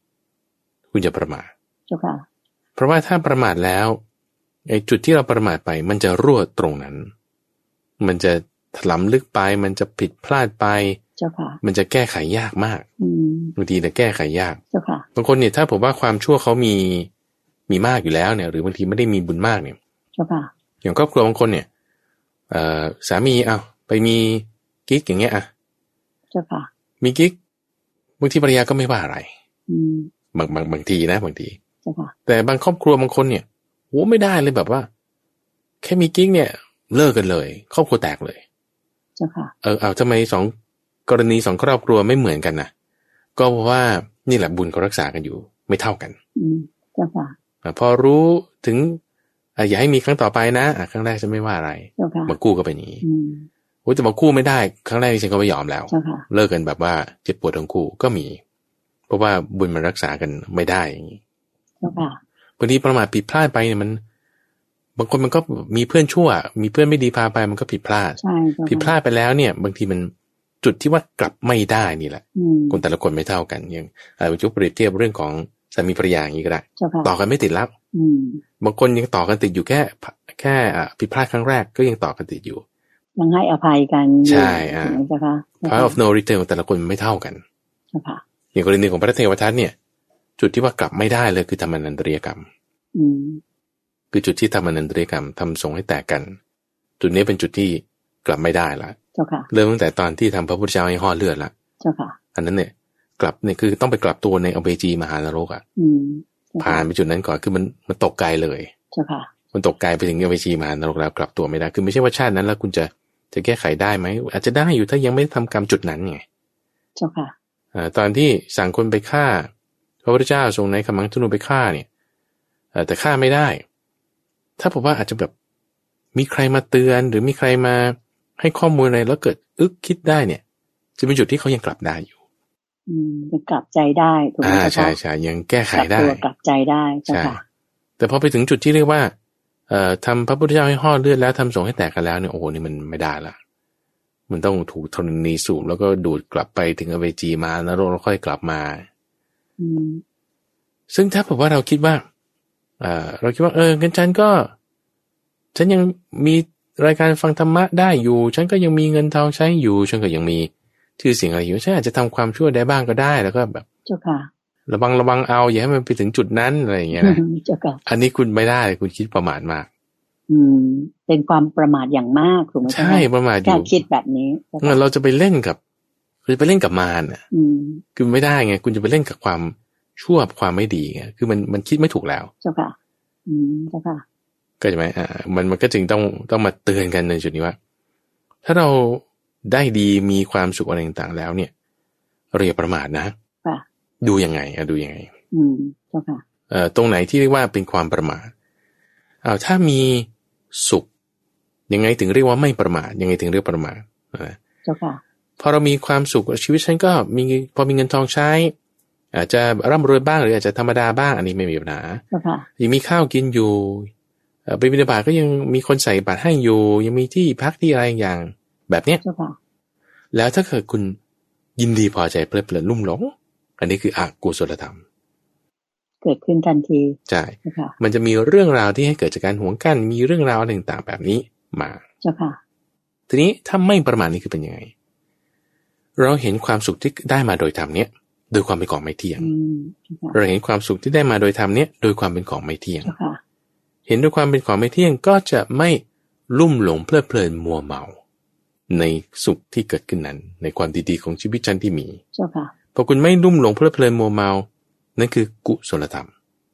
ใช่ป่ะเพราะว่าถ้าประมาทแล้วไอ้จุดที่เราประมาทไปมันจะรั่วตรงนั้นมันจะถลำลึกไปมันจะผิดพลาดไปเจ้าค่ะมันจะแก้ไขยากมากบางทีเนี่ยแก้ไขยากเจ้าค่ะบางคนเนี่ยถ้าผมว่าความชั่วเขามีมากอยู่แล้วเนี่ยหรือบางทีไม่ได้มีบุญมากเนี่ยเจ้าค่ะอย่างครอบครัวบางคนเนี่ยสามีไปมีกิ๊กอย่างเงี้ยเจ้าค่ะมีกิ๊กบางทีภรรยาก็ไม่ว่าอะไรบางทีนะบางทีเจ้าค่ะแต่บางครอบครัวบางคนเนี่ยโหไม่ได้เลยแบบว่าแค่มีกิ๊กเนี่ยเลิกกันเลยครอบครัวแตกเลยเจ้าค่ะทำไมสองกรณีสองครอบครัวไม่เหมือนกันนะก็เพราะว่านี่แหละบุญเขารักษากันอยู่ไม่เท่ากันเจ้าค่ะพอรู้ถึงอย่าให้มีครั้งต่อไปนะครั้งแรกฉันไม่ว่าอะไรมากู้ก็เป็นอย่างนี้โอ้แต่มากู้ไม่ได้ครั้งแรกฉันก็ไม่ยอมแล้วเลิกกันแบบว่าเจ็บปวดทั้งคู่ก็มีเพราะว่าบุญมันรักษากันไม่ได้อย่างนี้บางทีประมาทผิดพลาดไปเนี่ยมันบางคนมันก็มีเพื่อนชั่วมีเพื่อนไม่ดีพาไปมันก็ผิดพลาดผิดพลาดไปแล้วเนี่ยบางทีมันจุดที่ว่ากลับไม่ได้นี่แหละคนแต่ละคนไม่เท่ากันอย่างจุ๊บเปรียบเทียบเรื่องของสามีภรรยาอย่างนี้ก็ได้ต่อกันไม่ติดแล้วบางคนยังต่อกันติดอยู่แค่ผิดพลาดครั้งแรกก็ยังต่อกันติดอยู่ยังให้อภัยกันใช่point of no return ของแต่ละคนไม่เท่ากันอย่างกรณีของพระเทวทัตเนี่ยจุดที่ว่ากลับไม่ได้เลยคือธรรมนันตริยกรรมคือจุดที่ธรรมนันตริยกรรมทำส่งให้แตกกันจุดนี้เป็นจุดที่กลับไม่ได้ละเริ่มตั้งแต่ตอนที่ทำพระพุทธเจ้าให้ห่อเลือดละอันนั้นเนี่ยกลับเนี่ยคือต้องไปกลับตัวในอเวจีมหานรกผ่านไปจุดนั้นก่อนคือมันตกไกลเลยมันตกไกลไปถึงอเวจีมหานรกแล้วกลับตัวไม่ได้คือไม่ใช่ว่าชาตินั้นแล้วคุณจะแก้ไขได้ไหมอาจจะได้อยู่ถ้ายังไม่ทำกรรมจุดนั้นไงตอนที่สั่งคนไปฆ่าพระพุทธเจ้าทรงในขมังธนูไปฆ่าเนี่ยแต่ฆ่าไม่ได้ถ้าผมว่าอาจจะแบบมีใครมาเตือนหรือมีใครมาให้ข้อมูลอะไรแล้วเกิดคิดได้เนี่ยจะเป็นจุดที่เขายังกลับได้อยู่ยังกลับใจได้ถูกไหมใช่ใช่ยังแก้ไขได้กลับใจได้ใช่แต่พอไปถึงจุดที่เรียกว่าทำพระพุทธเจ้าให้ห่อเลือดแล้วทำส่งให้แตกกันแล้วเนี่ยโอ้โหนี่มันไม่ได้ละมันต้องถูกธรณีสูบแล้วก็ดูดกลับไปถึงอเวจีมานรกแล้วค่อยกลับมาซึ่งถ้าแบบว่าเราคิดว่าเราคิดว่างั้นฉันยังมีรายการฟังธรรมะได้อยู่ฉันก็ยังมีเงินทองใช้อยู่ฉันก็ยังมีชื่อเสียงอะไรอยู่ฉันอาจจะทำความชั่วได้บ้างก็ได้แล้วก็แบบเจ้าค่ะระวังเอาอย่าให้มันไปถึงจุดนั้นอะไรอย่างเงี้ยนะเจ้าค่ะอันนี้คุณไม่ได้คุณคิดประมาทมากเป็นความประมาทอย่างมากถูกไหมใช่ประมาทอยู่คิดแบบนี้เราจะไปเล่นกับมารน่ะคือไม่ได้ไงคุณจะไปเล่นกับความชั่วความไม่ดีไงคือมันคิดไม่ถูกแล้วเจ้าค่ะเจ้าค่ะก็ใช่ไหมมันก็จึงต้องมาเตือนกันในจุดนี้ว่าถ้าเราได้ดีมีความสุขอะไรต่างๆแล้วเนี่ยเราอย่าประมาทนะดูยังไงดูยังไงเจ้าค่ะตรงไหนที่เรียกว่าเป็นความประมาทถ้ามีสุขยังไงถึงเรียกว่าไม่ประมาทยังไงถึงเรียกประมาทเจ้าค่ะพอเรามีความสุขชีวิตฉันก็พอมีเงินทองใช้อาจจะร่ำรวยบ้างหรืออาจจะธรรมดาบ้างอันนี้ไม่มีปัญหายังมีข้าวกินอยู่ไปบิณฑบาตก็ยังมีคนใส่บาตรให้อยู่ยังมีที่พักที่อะไรอย่างแบบเนี้ยแล้วถ้าเกิดคุณยินดีพอใจเพลิดเพลินลุ่มหลงอันนี้คืออกุศลธรรมเกิดขึ้นทันทีใช่มันจะมีเรื่องราวที่ให้เกิดจากการหวงกั้นมีเรื่องราวต่างๆแบบนี้มาเจ้าค่ะทีนี้ถ้าไม่ประมาทนี่คือเป็นยังไงเราเห็นความสุขที่ได้มาโดยธรรมเนี้ยโดยความเป็นของไม่เที่ยงเราเห็นความสุขที่ได้มาโดยธรรมเนี้ยโดยความเป็นของไม่เที่ยงเห็นด้วยความเป็นของไม่เที่ยงก็จะไม่ลุ่มหลงเพลิดเพลินมัวเมาในสุขที่เกิดขึ้นนั้นในความดีๆของชีวิตฉันที่มีพอคุณไม่ลุ่มหลงเพลิดเพลินมัวเมานั่นคือกุศลธรรม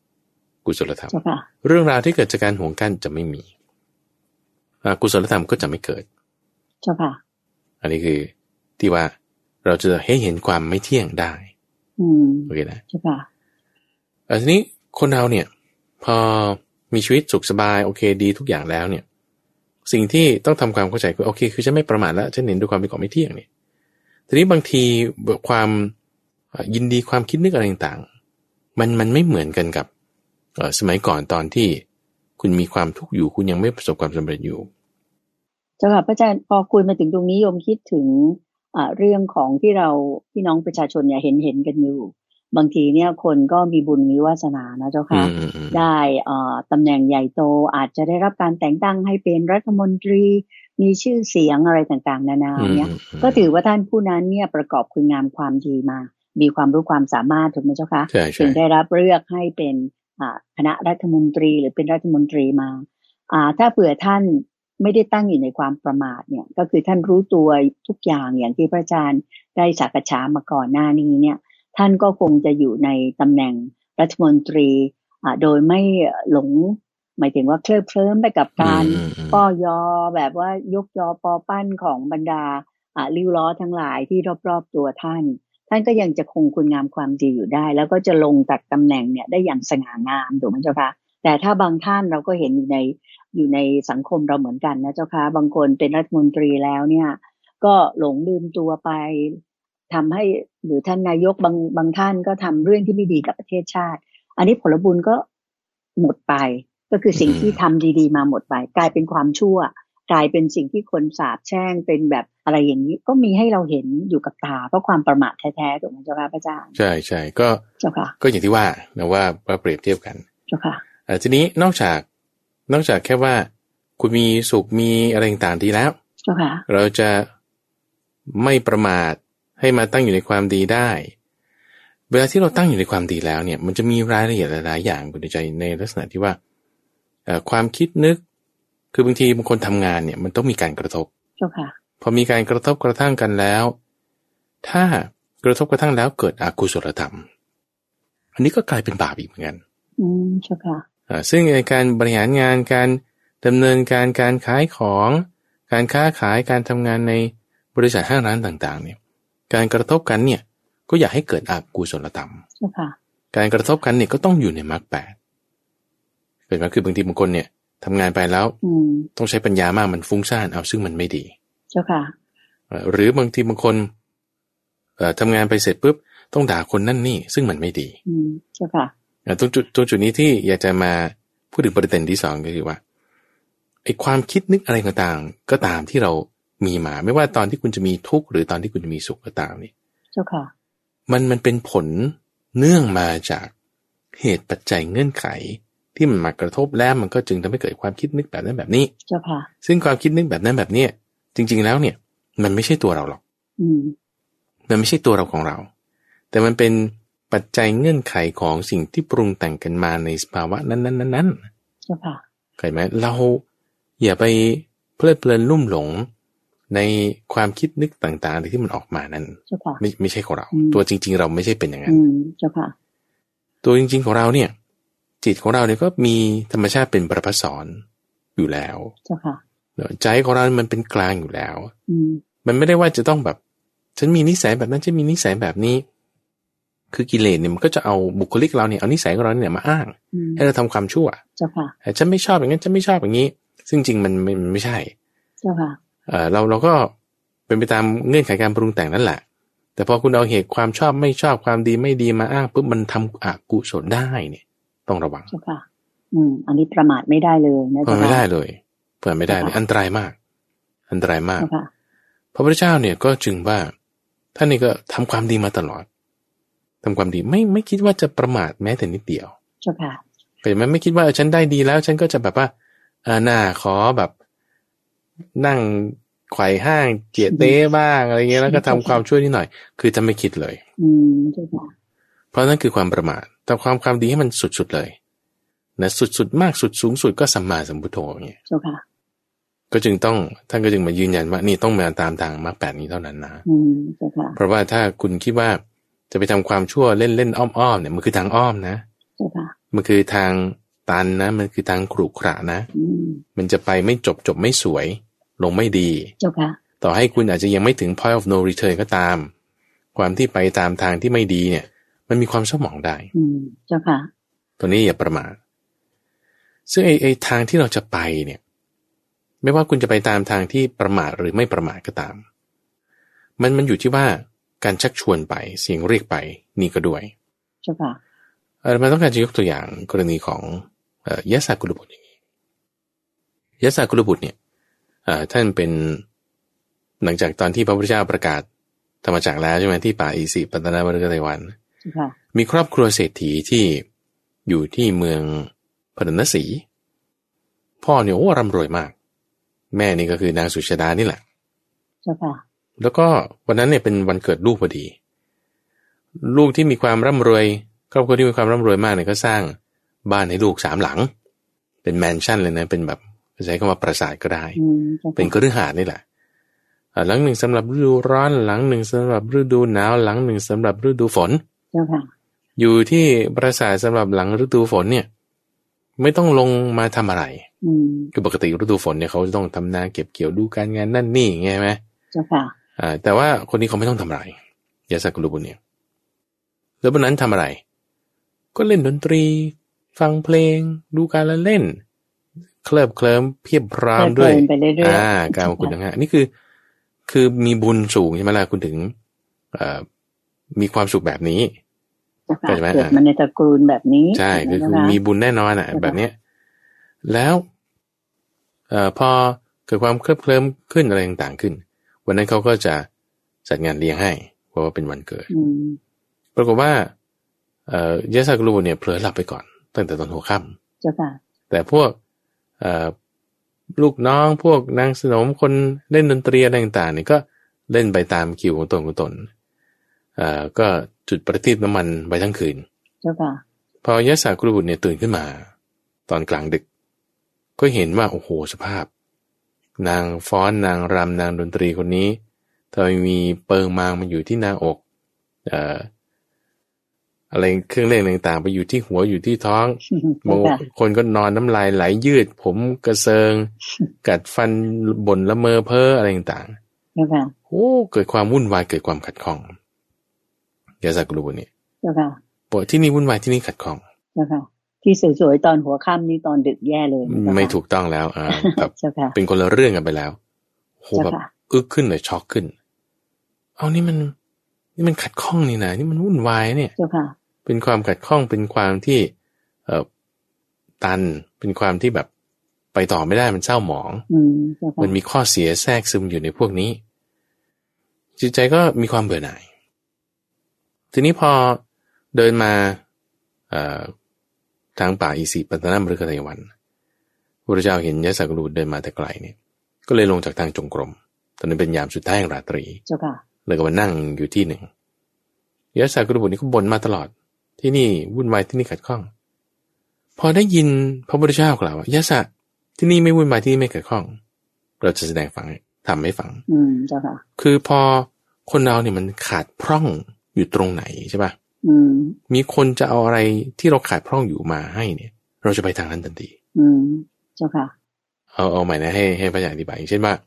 เรื่องราวที่เกิดจากการหวงกั้นจะไม่มีกุศลธรรมก็จะไม่เกิดอันนี้คือที่ว่าเราจะให้เห็นความไม่เที่ยงได้โอเคนะทีนี้คนเราเนี่ยพอมีชีวิตสุขสบายโอเคดีทุกอย่างแล้วเนี่ยสิ่งที่ต้องทำความเข้าใจคือโอเคคือฉันไม่ประมาทแล้วฉันเห็นด้วยความเป็นของไม่เที่ยงเนี่ยทีนี้บางทีความยินดีความคิดนึกอะไรต่างๆมันไม่เหมือนกันกับสมัยก่อนตอนที่คุณมีความทุกข์อยู่คุณยังไม่ประสบความสำเร็จอยู่เจ้าค่ะพระอาจารย์พอคุยมาถึงตรงนี้โยมคิดถึงเรื่องของที่เราพี่น้องประชาชนเนี่ยเห็นกันอยู่บางทีเนี่ยคนก็มีบุญมีวาสนานะเจ้าค่ะได้ตำแหน่งใหญ่โตอาจจะได้รับการแต่งตั้งให้เป็นรัฐมนตรีมีชื่อเสียงอะไรต่างๆนานาเนี่ยก็ถือว่าท่านผู้นั้นเนี่ยประกอบคุณงามความดีมามีความรู้ความสามารถถูกไหมเจ้าคะถึงได้รับเลือกให้เป็นคณะรัฐมนตรีหรือเป็นรัฐมนตรีมาถ้าเผื่อท่านไม่ได้ตั้งอยู่ในความประมาทเนี่ยก็คือท่านรู้ตัวทุกอย่างอย่างที่พระอาจารย์ได้สักษามาก่อนหน้านี้เนี่ยท่านก็คงจะอยู่ในตำแหน่งรัฐมนตรีโดยไม่หลงหมายถึงว่าเคลิ้มไปกับการป้อยอแบบว่ายกยอปอปั้นของบรรดาริ้วล้อทั้งหลายที่รอบๆตัวท่านก็ยังจะคงคุณงามความดีอยู่ได้แล้วก็จะลงจากตำแหน่งเนี่ยได้อย่างสง่างามถูกไหมเจ้าคะแต่ถ้าบางท่านเราก็เห็นอยู่ในสังคมเราเหมือนกันนะเจ้าคะบางคนเป็นรัฐมนตรีแล้วเนี่ยก็หลงลืมตัวไปทำให้หรือท่านนายกบางท่านก็ทำเรื่องที่ไม่ดีกับประเทศชาติอันนี้ผลบุญก็หมดไปก็คือสิ่งที่ทำดีๆมาหมดไปกลายเป็นความชั่วกลายเป็นสิ่งที่คนสาปแช่งเป็นแบบอะไรอย่างนี้ก็มีให้เราเห็นอยู่กับตาเพราะความประมาทแท้ๆถูกไหมเจ้าค่ะพระอาจารย์ใช่ก็เจ้าค่ะก็อย่างที่ว่านะว่าเปรียบเทียบกันเจ้าค่ะทีนี้นอกจากแค่ว่าคุณมีสุขมีอะไรต่างๆดีแล้วเจ้าค่ะเราจะไม่ประมาทให้มาตั้งอยู่ในความดีได้เวลาที่เราตั้งอยู่ในความดีแล้วเนี่ยมันจะมีรายละเอียดหลายๆอย่างคุณใจในลักษณะที่ว่าความคิดนึกคือบางทีบางคนทำงานเนี่ยมันต้องมีการกระทบเจ้าค่ะพอมีการกระทบกระทั่งกันแล้วถ้ากระทบกระทั่งแล้วเกิดอกุศลธรรมอันนี้ก็กลายเป็นบาปอีกเหมือนกันเจ้าค่ะซึ่งในการบริหารงานการดำเนินการขายของการค้าขายการทำงานในบริษัทห้างร้านต่างๆเนี่ยการกระทบกันเนี่ยก็อยากให้เกิดอกุศลธรรมการกระทบกันเนี่ยก็ต้องอยู่ในมรรคแปดเป็นว่าคือบางทีบางคนเนี่ยทำงานไปแล้วต้องใช้ปัญญามากมันฟุ้งซ่านเอาซึ่งมันไม่ดีเจ้าค่ะหรือบางทีบางคนทำงานไปเสร็จปุ๊บต้องด่าคนนั่นนี่ซึ่งมันไม่ดีเจ้าค่ะตรงจุดนี้ที่อยากจะมาพูดถึงประเด็นที่สองก็คือว่าไอ้ความคิดนึกอะไรต่างๆก็ตามที่เรามีมาไม่ว่าตอนที่คุณจะมีทุกข์หรือตอนที่คุณจะมีสุขก็ตามนี่เจ้าค่ะมันเป็นผลเนื่องมาจากเหตุปัจจัยเงื่อนไขที่มันมากระทบแล้วมันก็จึงทำให้เกิดความคิดนึกแบบนั้นแบบนี้เจ้าค่ะซึ่งความคิดนึกแบบนั้นแบบนี้จริงๆแล้วเนี่ยมันไม่ใช่ตัวเราหรอกมันไม่ใช่ตัวเราของเราแต่มันเป็นปัจจัยเงื่อนไขของสิ่งที่ปรุงแต่งกันมาในสภาวะนั้นเจ้าค่ะเข้าใจไหมเราอย่าไปเพลิดเพลินลุ่มหลงในความคิดนึกต่างๆที่มันออกมานั้นไม่ใช่ของเราตัวจริงๆเราไม่ใช่เป็นอย่างนั้นเจ้าค่ะตัวจริงๆของเราเนี่ยจิตของเราเนี่ยก็มีธรรมชาติเป็นประภัสสรอยู่แล้วเจ้าค่ะใจของเรามันเป็นกลางอยู่แล้วมันไม่ได้ว่าจะต้องแบบฉันมีนิสัยแบบนั้นฉันมีนิสัยแบบนี้คือกิเลสเนี่ยมันก็จะเอาบุคลิกเราเนี่ยเอานิสัยของเราเนี่ยมาอ้างให้เราทำความชั่วเจ้าค่ะฉันไม่ชอบอย่างนั้นฉันไม่ชอบอย่างนี้ซึ่งจริงมันไม่ใช่เจ้าค่ะเราก็เป็นไปตามเงื่อนไขการปรุงแต่งนั่นแหละแต่พอคุณเอาเหตุความชอบไม่ชอบความดีไม่ดีมาอ้างปุ๊บมันทำอกุศลได้เนี่ยต้องระวังเจ้าค่ะอันนี้ประมาทไม่ได้เลยนะไม่ได้เลยเปิดไม่ได้เลยอันตรายมากอันตรายมากพระพุทธเจ้าเนี่ยก็จึงว่าท่านนี่ก็ทำความดีมาตลอดทำความดีไม่คิดว่าจะประมาทแม้แต่นิดเดียวเจ้าค่ะเป็นไหมไม่คิดว่าฉันได้ดีแล้วฉันก็จะแบบว่าหน้าขอแบบนั่งไขว่ห้างเจียเต้บ้างอะไรเงี้ยแล้วก็ทำความช่วยนิดหน่อยคือจะไม่คิดเลยเจ้าค่ะเพราะนั่นคือความประมาทแต่ความดีให้มันสุดๆเลยนะสุดๆมากสุดสูงสุดก็สัมมาสัมพุทโธอย่างเงี้ยเจ้าค่ะก็จึงต้องท่านก็จึงมายืนยันว่านี่ต้องมาตามทางมรรคแปดนี้เท่านั้นนะเจ้าค่ะเพราะว่าถ้าคุณคิดว่าจะไปทำความชั่วเล่นๆอ้อมๆเนี่ยมันคือทางอ้อมนะเจ้าค่ะมันคือทางตันนะมันคือทางขรุขระนะมันจะไปไม่จบไม่สวยลงไม่ดีเจ้าค่ะต่อให้คุณอาจจะยังไม่ถึง point of no return ก็ตามความที่ไปตามทางที่ไม่ดีเนี่ยมันมีความเศร้าหมองได้เจ้าค่ะตัวนี้อย่าประมาทซึ่งไอ้ทางที่เราจะไปเนี่ยไม่ว่าคุณจะไปตามทางที่ประมาทหรือไม่ประมาทก็ตามมันอยู่ที่ว่าการชักชวนไปเสียงเรียกไปนี่ก็ด้วยเจ้าค่ะมันต้องการจะยกตัวอย่างกรณีของยะสากุลบุตรอย่างนี้ยะสากุลบุตรเนี่ยท่านเป็นหลังจากตอนที่พระพุทธเจ้าประกาศธรรมจักรแล้วใช่ไหมที่ป่าอิสิปตนมฤคทายวันมีครอบครัวเศรษฐีที่อยู่ที่เมืองพาราณสีพ่อเนี่ยโอ้ร่ำรวยมากแม่นี่ก็คือนางสุชาดานี่แหละเจ้าค่ะแล้วก็วันนั้นเนี่ยเป็นวันเกิดลูกพอดีลูกที่มีความร่ำรวยครอบครัวที่มีความร่ำรวยมากเนี่ยก็สร้างบ้านให้ลูก3 หลังเป็นแมนชั่นเลยนะเป็นแบบใช้คำว่าปราสาทก็ได้เป็นคฤหาสน์นี่แหละหลังหนึ่งสำหรับฤดูร้อนหลังหนึ่งสำหรับฤดูหนาวหลังหนึ่งสำหรับฤดูฝนอยู่ที่ปราสาทสำหรับหลังฤดูฝนเนี่ยไม่ต้องลงมาทำอะไรคือปกติฤดูฝนเนี่ยเขาจะต้องทำนาเก็บเกี่ยวดูการงานนั่นนี่ไงไหมเจ้าค่ะแต่ว่าคนนี้เขาไม่ต้องทำอะไรยาสักกุลบุญเนี่ยแล้ววันนั้นทำอะไรก็เล่นดนตรีฟังเพลงดูการละเล่นเคลิบเคลิ้มเพียบพร้อมด้วยการมกุฎนะฮะนี่คือมีบุญสูงใช่ไหมล่ะคุณถึงมีความสุขแบบนี้เกิดมาในตระกูลแบบนี้ใช่คือมีบุญแน่นอนอ่ะแบบเนี้ยแล้วพอเกิดความเคลิบเคลิ้มขึ้นอะไรต่างๆขึ้นวันนั้นเขาก็จะจัดงานเลี้ยงให้เพราะว่าเป็นวันเกิดปรากฏว่ายะสักกุลบุตรเนี่ยเผลอหลับไปก่อนตั้งแต่ตอนหัวค่ำแต่พวกลูกน้องพวกนางสนมคนเล่นดนตรีอะไรต่างๆเนี่ยก็เล่นไปตามคิวของตนก็จุดประทีปน้ำมันไปทั้งคืนพอยะสักกุลบุตรเนี่ยตื่นขึ้นมาตอนกลางดึกก็เห็นว่าโอ้โหสภาพนางฟ้อนนางรำนางดนตรีคนนี้ทำไมมีเปิงมางมันอยู่ที่หน้าอกอะไรเครื่องเล่นต่างๆไปอยู่ที่หัวอยู่ที่ท้องบางคนก็นอนน้ำลายไหลยืดผมกระเซิงกัดฟันบ่นละเมอเพ้ออะไรต่างๆโอ้เกิดความวุ่นวายเกิดความขัดข้องยาสักกุลบุตรเนี่ยปที่นี่วุ่นวายที่นี่ขัดข้องที่สวยๆตอนหัวค่ำนี่ตอนดึกแย่เลยไม่ถูกต้องแล้วแบบเป็นคนละเรื่องกันไปแล้วโหแบบอึกขึ้นเลยช็อกขึ้นเอานี่มันขัดข้องนี่นะนี่มันวุ่นวายเนี่ยเป็นความขัดข้องเป็นความที่ตันเป็นความที่แบบไปต่อไม่ได้มันเศร้าหมองมันมีข้อเสียแทรกซึมอยู่ในพวกนี้จิตใจก็มีความเบื่อหน่ายทีนี้พอเดินมาทางป่าอิสิปตนมฤคทายวันพระเจ้าเห็นยะสักกุลบุตรเดินมาแต่ไกลเนี่ยก็เลยลงจากทางจงกรมตอนนั้นเป็นยามสุดท้ายของราตรีเลยก็มานั่งอยู่ที่หนึ่งยะสักกุลบุตรนี่ก็บ่นมาตลอดที่นี่วุ่นวายที่นี่ขัดข้องพอได้ยินพระพุทธเจ้ากล่าวว่ายะสักที่นี่ไม่วุ่นวายที่นี่ไม่ขัดข้องเราจะแสดงฟังทำให้ฟังเจ้าค่ะคือพอคนเราเนี่ยมันขาดพร่องอยู่ตรงไหนใช่ป่ะมีคนจะเอาอะไรที่เราขาดพร่องอยู่มาให้เนี่ยเราจะไปทางนั้นทันทีเจ้าค่ะเอาใหม่นะให้พระอาจารย์อธิบายอย่างเช่นว่า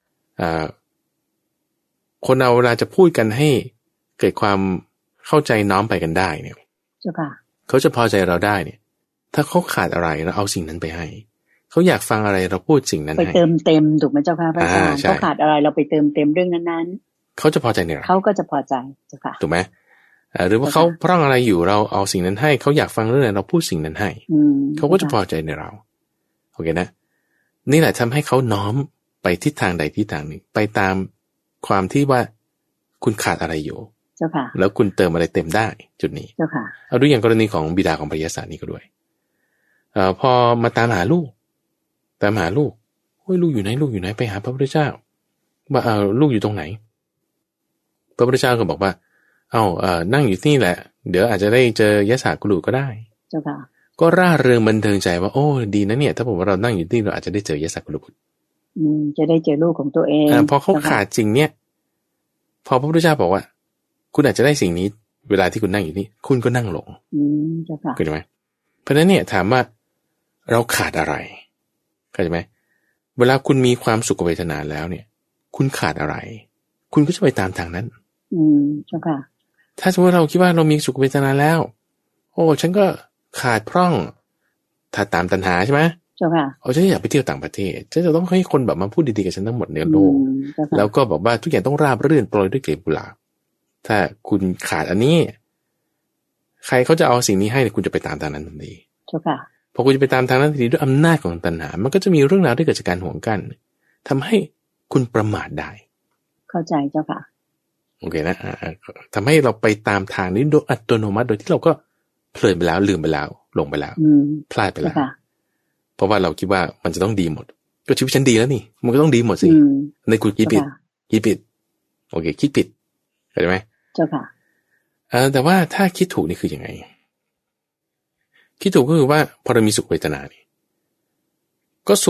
คนเราเวลาจะพูดกันให้เกิดความเข้าใจน้อมไปกันได้เนี่ยเจ้าค่ะเขาจะพอใจเราได้เนี่ยถ้าเขาขาดอะไรเราเอาสิ่งนั้นไปให้เขาอยากฟังอะไรเราพูดสิ่งนั้นให้ไปเติมเต็มถูกไหมเจ้าค่ะพระอาจารย์เขาขาดอะไรเราไปเติมเต็มเรื่องนั้นๆเขาจะพอใจในเราเขาก็จะพอใจเจ้าค่ะถูกไหมหรือว่าเขาพร่องอะไรอยู่เราเอาสิ่งนั้นให้เขาอยากฟังเรื่องอะไรเราพูดสิ่งนั้นให้เขาก็จะพอใจในเราโอเคนะนี่แหละทำให้เขาน้อมไปทิศทางใดทิศทางหนึ่งไปตามความที่ว่าคุณขาดอะไรอยู่เจ้าค่ะแล้วคุณเติมอะไรเต็มได้จุดนี้เจ้าค่ะเอาดูอย่างกรณีของบิดาของพระยาศานี่ก็ด้วยพอมาตามหาลูกโอ้ยลูกอยู่ไหนลูกอยู่ไหนไปหาพระพุทธเจ้าว่าลูกอยู่ตรงไหนพระพุทธเจ้าก็บอกว่านั่งอยู่ที่นี่แหละเดี๋ยวอาจจะได้เจอยะสักกุลบุตรก็ได้เจ้าค่ะก็ร่าเริงบันเทิงใจว่าโอ้ดีนะเนี่ยถ้าผมว่าเรานั่งอยู่ที่เราอาจจะได้เจอยะสักกุลบุตรจะได้เจอลูกของตัวเองพอเขาขาดสิ่งเนี้ยพอพระพุทธเจ้าบอกว่าคุณอาจจะได้สิ่งนี้เวลาที่คุณนั่งอยู่นี่คุณก็นั่งลงเจ้าค่ะเข้าใจไหมเพราะฉะนั้นเนี่ยถามว่าเราขาดอะไรเข้าใจไหมเวลาคุณมีความสุขเวทนาแล้วเนี่ยคุณขาดอะไรคุณก็จะไปตามทางนั้นเจ้าค่ะถ้าสมมติเราคิดว่าเรามีสุขเวทนาแล้วโอ้ฉันก็ขาดพร่องถ้าตามตัณหาใช่ไหมเจ้าค่ะฉันอยากไปเที่ยวต่างประเทศฉันจะต้องให้คนแบบมาพูดดีๆกับฉันทั้งหมดในโลกแล้วก็บอกว่าทุกอย่างต้องราบรื่นโปรยด้วยกลีบกุหลาบถ้าคุณขาดอันนี้ใครเขาจะเอาสิ่งนี้ให้คุณจะไปตามทางนั้นทันทีเจ้าค่ะพอคุณจะไปตามทางนั้นทันทีด้วยอำนาจของตัณหามันก็จะมีเรื่องราวที่เกิดจากการห่วงกันทำให้คุณประมาทได้เข้าใจเจ้าค่ะโอเคนะทำให้เราไปตามทางนี้โดยอัตโนมัติโดยที่เราก็เพลินไปแล้วลืมไปแล้วหลงไปแล้วพลาดไปแล้วเพราะว่าเราคิดว่ามันจะต้องดีหมดก็ชีวิตฉันดีแล้วนี่มันก็ต้องดีหมดสิในคุณคิดผิดโอเคคิดผิดเข้าใจไหมเจ้าค่ะแต่ว่าถ้าคิดถูกนี่คือยังไงคิดถูกก็คือว่าพอเรามีสุขเวทนานี่ก็สุข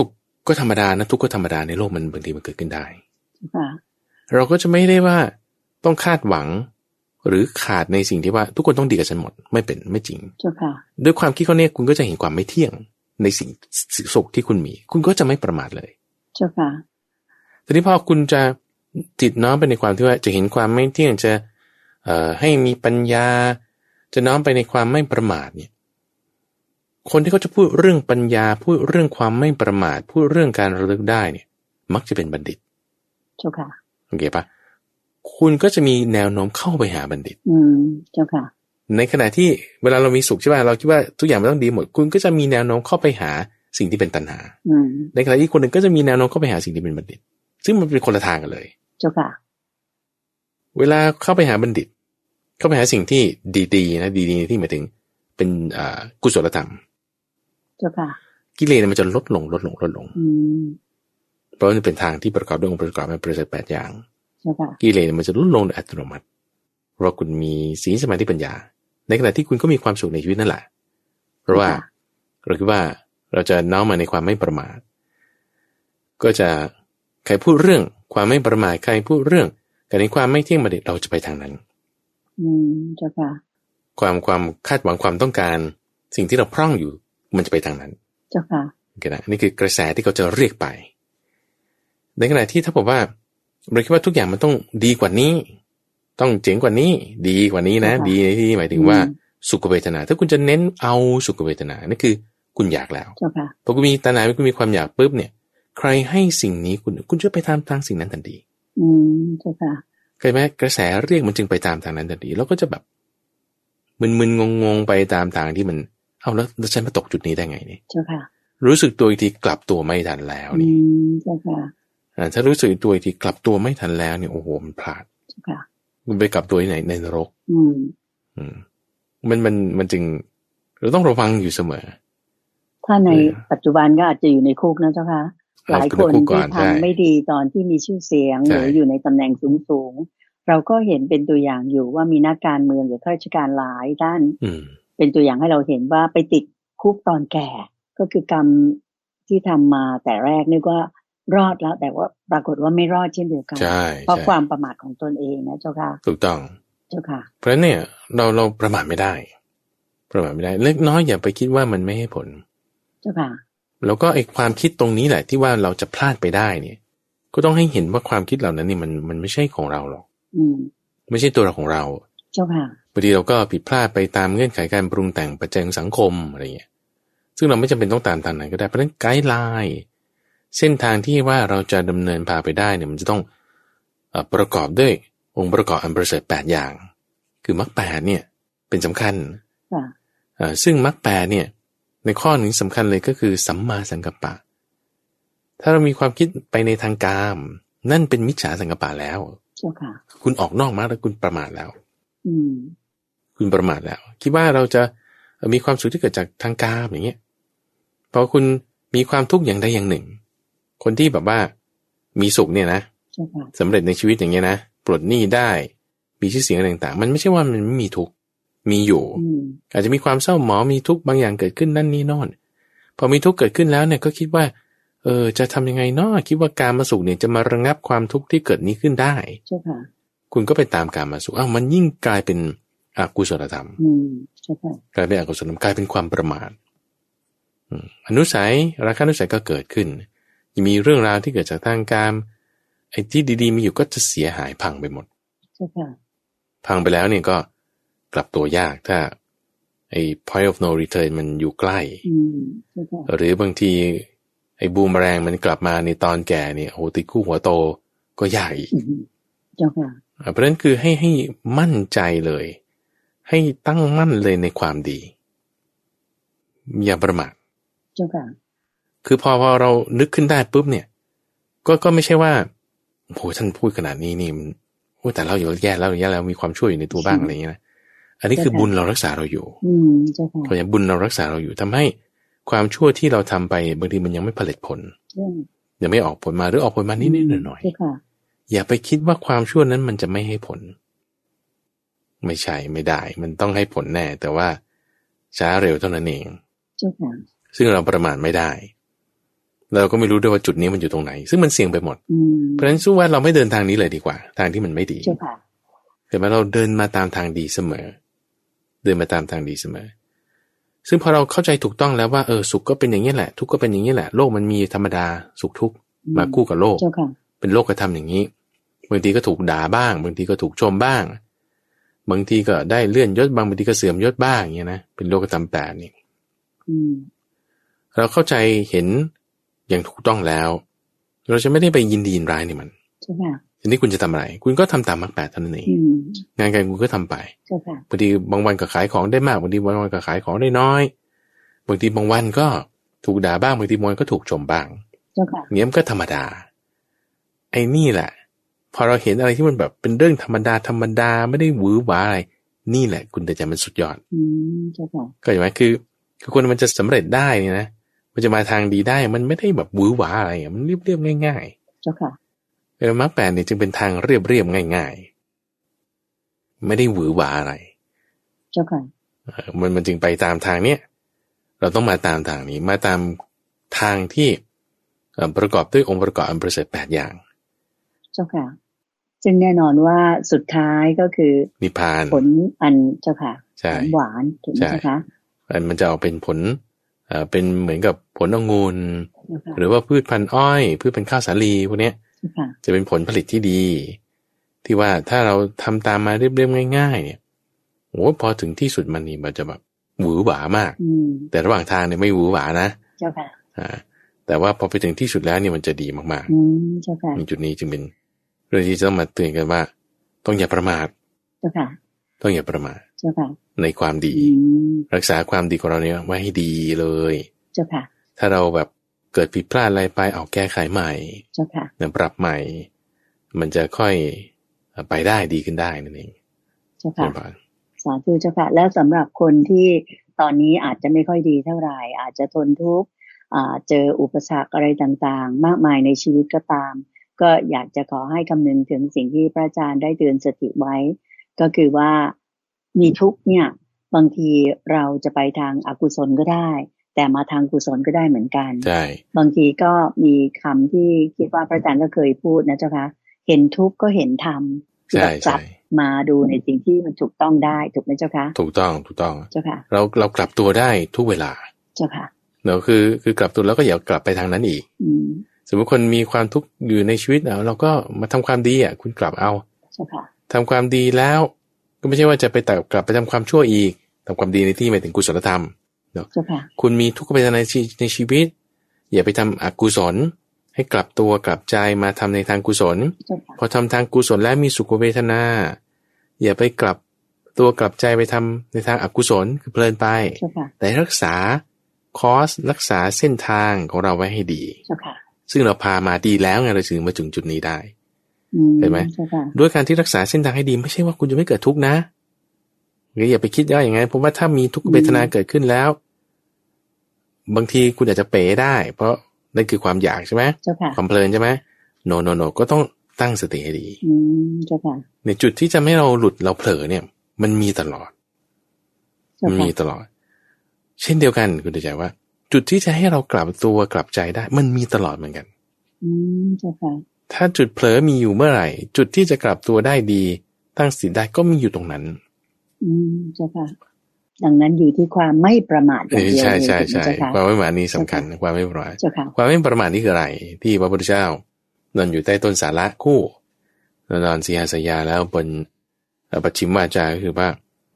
ก็ธรรมดานะทุกข์ก็ธรรมดาในโลกมันบางทีมันเกิดขึ้นได้เราก็จะไม่ได้ว่าต้องคาดหวังหรือขาดในสิ่งที่ว่าทุกคนต้องดีกับฉันหมดไม่จริงด้วยความคิดเขาเนี่ยคุณก็จะเห็นความไม่เที่ยงในสิ่งสุขที่คุณมีคุณก็จะไม่ประมาทเลยเจ้าค่ะทีนี้พอคุณจะจิตน้อมไปในความที่ว่าจะเห็นความไม่เที่ยงจะให้มีปัญญาจะน้อมไปในความไม่ประมาทเนี่ยคนที่เขาจะพูดเรื่องปัญญาพูดเรื่องความไม่ประมาทพูดเรื่องการระลึกได้เนี่ยมักจะเป็นบัณฑิตเจ้าค่ะโอเคปะคุณก็จะมีแนวโน้มเข้าไปหาบัณฑิตเจ้าค่ะในขณะที่เวลาเรามีสุขใช่ป่ะเราคิดว่าทุกอย่างมันต้องดีหมดคุณก็จะมีแนวโน้มเข้าไปหาสิ่งที่เป็นตัณหาในขณะที่คนหนึ่งก็จะมีแนวโน้มเข้าไปหาสิ่งที่เป็นบัณฑิตซึ่งมันเป็นคนละทางกันเลยเจ้าค่ะเวลาเข้าไปหาบัณฑิตเข้าไปหาสิ่งที่ดีๆนะดีๆที่หมายถึงเป็นกุศลธรรมเจ้าค่ะกิเลสมันจะลดลงเพราะมันเป็นทางที่ประกอบด้วยองค์ประกอบมาประเสริฐ8อย่างกิเลสมันจะลดลงโดยอัตโนมัติเพราะคุณมีศีลสมาธิปัญญาในขณะที่คุณก็มีความสุขในชีวิตนั่นแหละเพราะว่าเราคิดว่าเราจะน้อมมาในความไม่ประมาทก็จะใครพูดเรื่องความไม่ประมาทใครพูดเรื่องการในความไม่เที่ยงบัณฑิตเราจะไปทางนั้นเจ้าค่ะความคาดหวังความต้องการสิ่งที่เราพร่องอยู่มันจะไปทางนั้นเจ้าค่ะนี่คือกระแสที่เขาจะเรียกไปในขณะที่ถ้าบอกว่าเราคิดว่าทุกอย่างมันต้องดีกว่านี้ต้องเจ๋งกว่านี้ดีกว่านี้นะดีในที่หมายถึงว่าสุขเวทนาถ้าคุณจะเน้นเอาสุขเวทนานั่นคือคุณอยากแล้วพอคุณมีตัณหาคุณมีความอยากปุ๊บเนี่ยใครให้สิ่งนี้คุณจะไปตามทางสิ่งนั้นทันทีเจ้าค่ะเคยไหมกระแสเรียกมันจึงไปตามทางนั้นทันทีแล้วก็จะแบบมึนๆงงๆไปตามทางที่มันเอาแล้วฉันมาตกจุดนี้ได้ไงนี่เจ้าค่ะรู้สึกตัวอีกทีกลับตัวไม่ทันแล้วนี่เจ้าค่ะถ้ารู้สึกตัวอีกทีกลับตัวไม่ทันแล้วเนี่ยโอ้โหมันพลาดเจ้าค่ะมันไปกลับตัวที่ไหนในนรกมันจึงเราต้องระวังอยู่เสมอถ้าในปัจจุบันก็อาจจะอยู่ในคุกนะเจ้าค่ะหลายคนที่ทำไม่ดีตอนที่มีชื่อเสียงหรืออยู่ในตำแหน่งสูงเราก็เห็นเป็นตัวอย่างอยู่ว่ามีนักการเมืองหรือข้าราชการหลายด้านเป็นตัวอย่างให้เราเห็นว่าไปติดคุกตอนแก่ก็คือกรรมที่ทำมาแต่แรกนึกว่ารอดแล้วแต่ว่าปรากฏว่าไม่รอดเช่นเดียวกันเพราะความประมาทของตนเองนะเจ้าค่ะถูกต้องเจ้าค่ะเพราะฉะนั้นเนี่ยเราประมาทไม่ได้เล็กน้อยอย่าไปคิดว่ามันไม่ให้ผลเจ้าค่ะแล้วก็ไอ้ความคิดตรงนี้แหละที่ว่าเราจะพลาดไปได้เนี่ยก็ต้องให้เห็นว่าความคิดเหล่านั้นนี่มันไม่ใช่ของเราหรอกไม่ใช่ตัวเราของเราเจ้าค่ะบางทีเราก็ผิดพลาดไปตามเงื่อนไขการปรุงแต่งปัจจัยของสังคมอะไรเงี้ยซึ่งเราไม่จำเป็นต้องตามทางไหนก็ได้เพราะฉะนั้นไกด์ไลน์เส้นทางที่ว่าเราจะดำเนินพาไปได้เนี่ยมันจะต้องประกอบด้วยองค์ประกอบอันประเสริฐ8อย่างคือมรรค8เนี่ยเป็นสำคัญซึ่งมรรค8เนี่ยในข้อหนึ่งสำคัญเลยก็คือสัมมาสังกัปปะถ้าเรามีความคิดไปในทางกามนั่นเป็นมิจฉาสังกัปปะแล้วคุณออกนอกมรรคแล้วคุณประมาทแล้วคุณประมาทแล้วคิดว่าเราจะมีความสุขที่เกิดจากทางกามอย่างเงี้ยพอคุณมีความทุกข์อย่างใดอย่างหนึ่งคนที่แบบว่ามีสุขเนี่ยนะสำเร็จในชีวิตอย่างเงี้ยนะปลดหนี้ได้มีชื่อเสียงอะไรต่างๆมันไม่ใช่ว่ามันไม่มีทุกข์มีอยู่อาจจะมีความเศร้าหมองมีทุกข์บางอย่างเกิดขึ้นนั่นนี่โน่นพอมีทุกข์เกิดขึ้นแล้วเนี่ยก็คิดว่าจะทำยังไงเนาะคิดว่าการมาสุขเนี่ยจะมาระงับความทุกข์ที่เกิดนี้ขึ้นได้คุณก็ไปตามการมาสุขมันยิ่งกลายเป็นอกุศลธรรมกลายเป็นอกุศลธรรมกลายเป็นความประมาทอนุสัยราคะอนุสัยก็เกิดขึ้นมีเรื่องราวที่เกิดจากทางการไอ้ที่ดีๆมีอยู่ก็จะเสียหายพังไปหมดพังไปแล้วเนี่ยก็กลับตัวยากถ้าไอ้ point of no return มันอยู่ใกล้หรือบางทีไอ้บูมแรงมันกลับมาในตอนแก่เนี่ยโอ้ติดคู่หัวโตก็ยากอีกเพราะฉะนั้นคือให้มั่นใจเลยให้ตั้งมั่นเลยในความดีอย่าประมาทคือพอเรานึกขึ้นได้ปุ๊บเนี่ยก็ไม่ใช่ว่าโหท่านพูดขนาดนี้นี่มันโอ้แต่เราอยู่แย่แล้วมีความชั่วอยู่ในตัวบ้างอะไรอย่างเงี้ยนะอันนี้คือบุญเรารักษาเราอยู่เพราะอย่างบุญเรารักษาเราอยู่ทำให้ความชั่วที่เราทำไปบางทีมันยังไม่ผลิตผลยังไม่ออกผลมาหรือออกผลมานิดๆหน่อยๆอย่าไปคิดว่าความชั่วนั้นมันจะไม่ให้ผลไม่ใช่ไม่ได้มันต้องให้ผลแน่แต่ว่าช้าเร็วเท่านั้นเองซึ่งเราประมาทไม่ได้เราก็ไม่รู้ด้วยว่าจุดนี้มันอยู่ตรงไหนซึ่งมันเสี่ยงไปหมดเพราะฉะนั้นสู้ว่าเราไม่เดินทางนี้เลยดีกว่าทางที่มันไม่ดีแต่ว่าเราเดินมาตามทางดีเสมอเดินมาตามทางดีเสมอซึ่งพอเราเข้าใจถูกต้องแล้วว่าสุขก็เป็นอย่างนี้แหละทุกข์ก็เป็นอย่างนี้แหละโลกมันมีธรรมดาสุขทุกข์มาคู่กับโลกเป็นโลกกระทำอย่างนี้บางทีก็ถูกด่าบ้างบางทีก็ถูกชมบ้างบางทีก็ได้เลื่อนยศบางทีก็เสื่อมยศบ้างอย่างเงี้ยนะเป็นโลกธรรมแปดนี่เราเข้าใจเห็นอย่างถูกต้องแล้วเราจะไม่ได้ไปยินดียินร้ายในมันทีนี้คุณจะทำอะไรคุณก็ทำตามมรรคแปดเท่านั้นเองงานการคุณก็ทำไปบางทีบางวันก็ขายของได้มากบางทีบางวันก็ขายของได้น้อยบางทีบางวันก็ถูกด่าบ้างบางทีบางวันก็ถูกชมบ้างเงี้ยมันก็ธรรมดาไอ้นี่แหละพอเราเห็นอะไรที่มันแบบเป็นเรื่องธรรมดาธรรมดาไม่ได้หวือหวาอะไรนี่แหละคุณแต่ใจมันสุดยอดก็อย่างไรคือคนมันจะสำเร็จได้นี่นะมันจะมาทางดีได้มันไม่ได้แบบหวือหวาอะไรมันเรียบๆง่ายๆเจ้าค่ะมรรคแปดเนี่ยจึงเป็นทางเรียบๆง่ายๆไม่ได้หวือหวาอะไรเจ้าค่ะมันจึงไปตามทางเนี้ยเราต้องมาตามทางนี้มาตามทางที่ประกอบด้วยองค์ประกอบอันประเสริฐ8อย่างเจ้าค่ะซึ่งแน่นอนว่าสุดท้ายก็คือนิพพานผลอันเจ้าค่ะหวานถูกไหมเจ้าค่ะมันจะออกเป็นผลเป็นเหมือนกับผลองุ่นหรือว่าพืชพันธุ์อ้อยพืชพันธุ์ข้าวสาลีพวกนี้จะเป็นผลผลิตที่ดีที่ว่าถ้าเราทำตามมาเรียบๆง่ายๆเนี่ยโอ้พอถึงที่สุดมันนี่มันจะแบบหวือหวามากแต่ระหว่างทางเนี่ยไม่หวือหวานะเจ้าค่ะแต่ว่าพอไปถึงที่สุดแล้วเนี่ยมันจะดีมากๆเจ้าค่ะจุดนี้จึงเป็นเรื่องที่จะต้องมาเตือนกันว่าต้องอย่าประมาทเจ้าค่ะต้องอย่าประมาทเจ้าค่ะในความดีรักษาความดีของเราเนี่ยไว้ให้ดีเลยเจ้าค่ะถ้าเราแบบเกิดผิดพลาดอะไรไปเอาแก้ไขใหม่เจ้าค่ะปรับใหม่มันจะค่อยไปได้ดีขึ้นได้นั่นเองเจ้าค่ะสาธุเจ้าค่ะแล้วสำหรับคนที่ตอนนี้อาจจะไม่ค่อยดีเท่าไหร่อาจจะทนทุกข์เจออุปสรรคอะไรต่างๆมากมายในชีวิตก็ตามก็อยากจะขอให้คำนึงถึงสิ่งที่พระอาจารย์ได้เตือนสติไว้ก็คือว่ามีทุกข์เนี่ยบางทีเราจะไปทางอกุศลก็ได้แต่มาทางกุศลก็ได้เหมือนกันใช่บางทีก็มีคำที่คิดว่าพระอาจารย์ก็เคยพูดนะเจ้าคะเห็นทุกข์ก็เห็นธรรมกลับมาดูในสิ่งที่มันถูกต้องได้ถูกไหมเจ้าคะถูกต้องเจ้าค่ะเรากลับตัวได้ทุกเวลาเจ้าค่ะเราคือกลับตัวแล้วก็อย่ากลับไปทางนั้นอีกสมมติคนมีความทุกข์อยู่ในชีวิตเราก็มาทำความดีคุณกลับเอาทำความดีแล้วก็ไม่ใช่ว่าจะไปกลับไปทำความชั่วอีกทำความดีในที่หมายถึงกุศลธรรมเนาะคุณมีทุกขเวทนาในชีวิตอย่าไปทำอกุศลให้กลับตัวกลับใจมาทำในทางกุศลพอทำทางกุศลแล้วมีสุขเวทนาอย่าไปกลับตัวกลับใจไปทำในทางอกุศลคือเพลินไปแต่รักษาคอร์สรักษาเส้นทางของเราไว้ให้ดีซึ่งเราพามาดีแล้วไงเราถึงมาถึงจุดนี้ได้เห็นไหมด้วยการที่รักษาเส้นทางให้ดีไม่ใช่ว่าคุณจะไม่เกิดทุกข์นะอย่าไปคิดว่าอย่างนั้นเพราะว่าถ้ามีทุกขเวทนาเกิดขึ้นแล้วบางทีคุณอาจจะเป๋ได้เพราะนั่นคือความอยากใช่ไหมความเพลินใช่ไหมโนก็ต้องตั้งสติให้ดีในจุดที่จะไม่เราหลุดเราเผลอเนี่ยมันมีตลอดเช่นเดียวกันคุณเข้าใจว่าจุดที่จะให้เรากลับตัวกลับใจได้มันมีตลอดเหมือนกันถ้าจุดเผลอมีอยู่เมื่อไหร่จุดที่จะกลับตัวได้ดีตั้งสติได้ก็มีอยู่ตรงนั้นเจ้าค่ะดังนั้นอยู่ที่ความไม่ประมาทอย่างเดียวเลยใช่ความไม่ประมาทนี้สำคัญความไม่ประมาทความไม่ประมาทนี่คืออะไรที่พระพุทธเจ้านอนอยู่ใต้ต้นสาระคู่นอนสีหสยาแล้วบนปัจฉิมวาจาคือว่า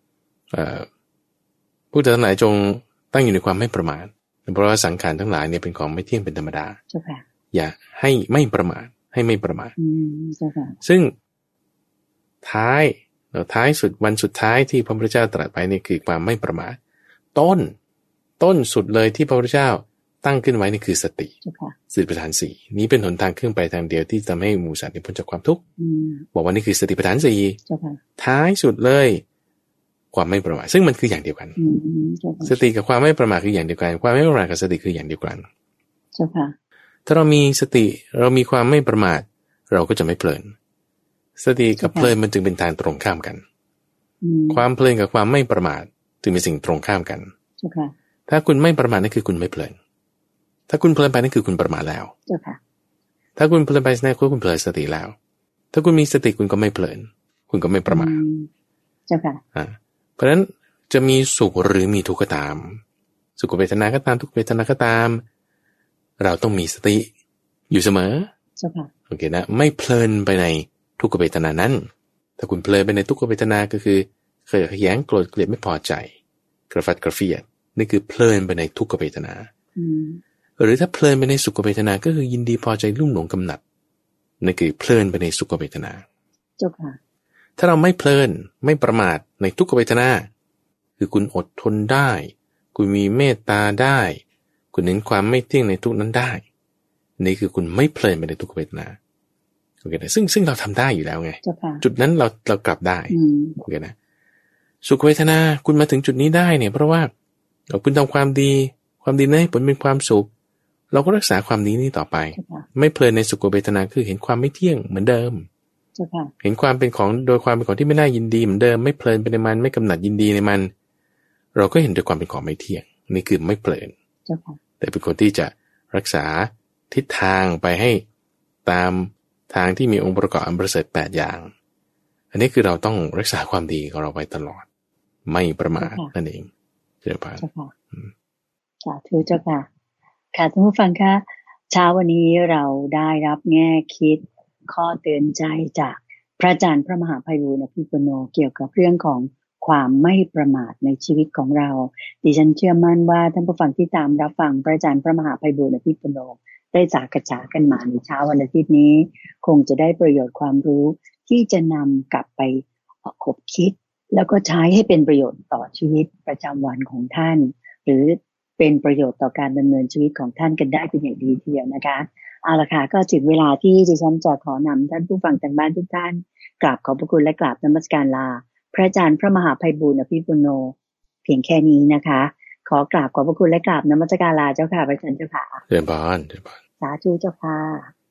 ผู้ทั้งหลายจงตั้งอยู่ในความไม่ประมาทเพราะว่าสังขารทั้งหลายเนี่ยเป็นของไม่เที่ยงเป็นธรรมดาอย่าให้ไม่ประมาทให้ไม่ประมาทซึ่งท้ายสุดวันสุดท้ายที่พระพุทธเจ้าตรัสไปนี่คือความไม่ประมาทต้นสุดเลยที่พระพุทธเจ้าตั้งขึ้นไว้นี่คือสติสติปัฏฐานสี่นี้เป็นหนทางเครื่องไปทางเดียวที่จะให้หมู่สัตว์พ้นจากความทุกข์บอกว่านี่คือสติปัฏฐานสี่ท้ายสุดเลยความไม่ประมาทซึ่งมันคืออย่างเดียวกันสติกับความไม่ประมาทคืออย่างเดียวกันความไม่ประมาทกับสติคืออย่างเดียวกันถ้าเรามีสติเรามีความไม่ประมาทเราก็จะไม่เพลินสติกับเพลินมันจึงเป็นทางตรงข้ามกันความเพลินกับความไม่ประมาทจึงเป็นสิ่งตรงข้ามกันถ้าคุณไม่ประมาทนั่นคือคุณไม่เพลินถ้าคุณเพลินไปนั่นคือคุณประมาทแล้วเจ้าค่ะถ้าคุณเพลินไปนั่นคือคุณเพลินสติแล้วถ้าคุณมีสติคุณก็ไม่เพลินคุณก็ไม่ประมาทเจ้าค่ะเพราะฉะนั้นจะมีสุขหรือมีทุกข์ก็ตามสุขเวทนาก็ตามทุกเวทนาก็ตามเราต้องมีสติอยู่เสมอเจ้าค่ะโอเคนะไม่เพลินไปในทุกขเวทนานั้นถ้าคุณเพลินไปในทุกขเวทนาก็คือเคยขยันโกรธเกลียดไม่พอใจกระฟัดกระเฟียดนี่คือเพลินไปในทุกขเวทนาหรือถ้าเพลินไปในสุขเวทนาก็คือยินดีพอใจลุ่มหลงกำหนัดนั่นคือเพลินไปในสุขเวทนาเจ้าค่ะถ้าเราไม่เพลินไม่ประมาทในทุกขเวทนาคือคุณอดทนได้คุณมีเมตตาได้คุณเห็นความไม่เที่ยงในทุกนั้นได้นี่คือคุณไม่เพลินไปในทุกขเวทนาโอเคนะซึ่งเราทำได้อยู่แล้วไงจุดนั้นเรากลับได้โอเคนะสุขเวทนาคุณมาถึงจุดนี้ได้เนี่ยเพราะว่าคุณทำความดีนั้นให้ผลเป็นความสุขเราก็รักษาความดีนี้ต่อไปไม่เพลินในสุขเวทนาคือเห็นความไม่เที่ยงเหมือนเดิมเห็นความเป็นของโดยความเป็นของที่ไม่น่ายินดีเหมือนเดิมไม่เพลินไปในมันไม่กำหนัดยินดีในมันเราก็เห็นโดยความเป็นของไม่เที่ยงนี่คือไม่เพลินแต่เป็นคนที่จะรักษาทิศทางไปให้ตามทางที่มีองค์ประกอบอันประเสริฐ8อย่างอันนี้คือเราต้องรักษาความดีของเราไว้ตลอดไม่ประมาทนั่นเองเจ้าค่ะสาธุเจ้าค่ะค่ะท่านผู้ฟังคะเช้าวันนี้เราได้รับแง่คิดข้อเตือนใจจากพระอาจารย์พระมหาไพบูลย์อภิปุโนเกี่ยวกับเรื่องของความไม่ประมาทในชีวิตของเราดิฉันเชื่อมั่นว่าท่านผู้ฟังที่ตามรับฟังพระอาจารย์พระมหาไพบูลย์อภิปุโนได้จากกระจากันมาในเช้าวันอาทิตย์นี้คงจะได้ประโยชน์ความรู้ที่จะนำกลับไปคบคิดแล้วก็ใช้ให้เป็นประโยชน์ต่อชีวิตประจำวันของท่านหรือเป็นประโยชน์ต่อการดำเนินชีวิตของท่านกันได้เป็นอย่างดีทีเดียวนะคะเอาล่ะค่ะก็ถึงเวลาที่ดิฉันจะขอนำท่านผู้ฟังทางบ้านทุกท่านกราบขอบพระคุณและกราบนมัสการลาพระอาจารย์พระมหาไพบูลย์อภิปุโนเพียงแค่นี้นะคะขอกราบขอบพระคุณและกราบนมัสการลาเจ้าค่ะพระอาจารย์เจ้าค่ะเรียนบานสาธุเจ้าค่ะ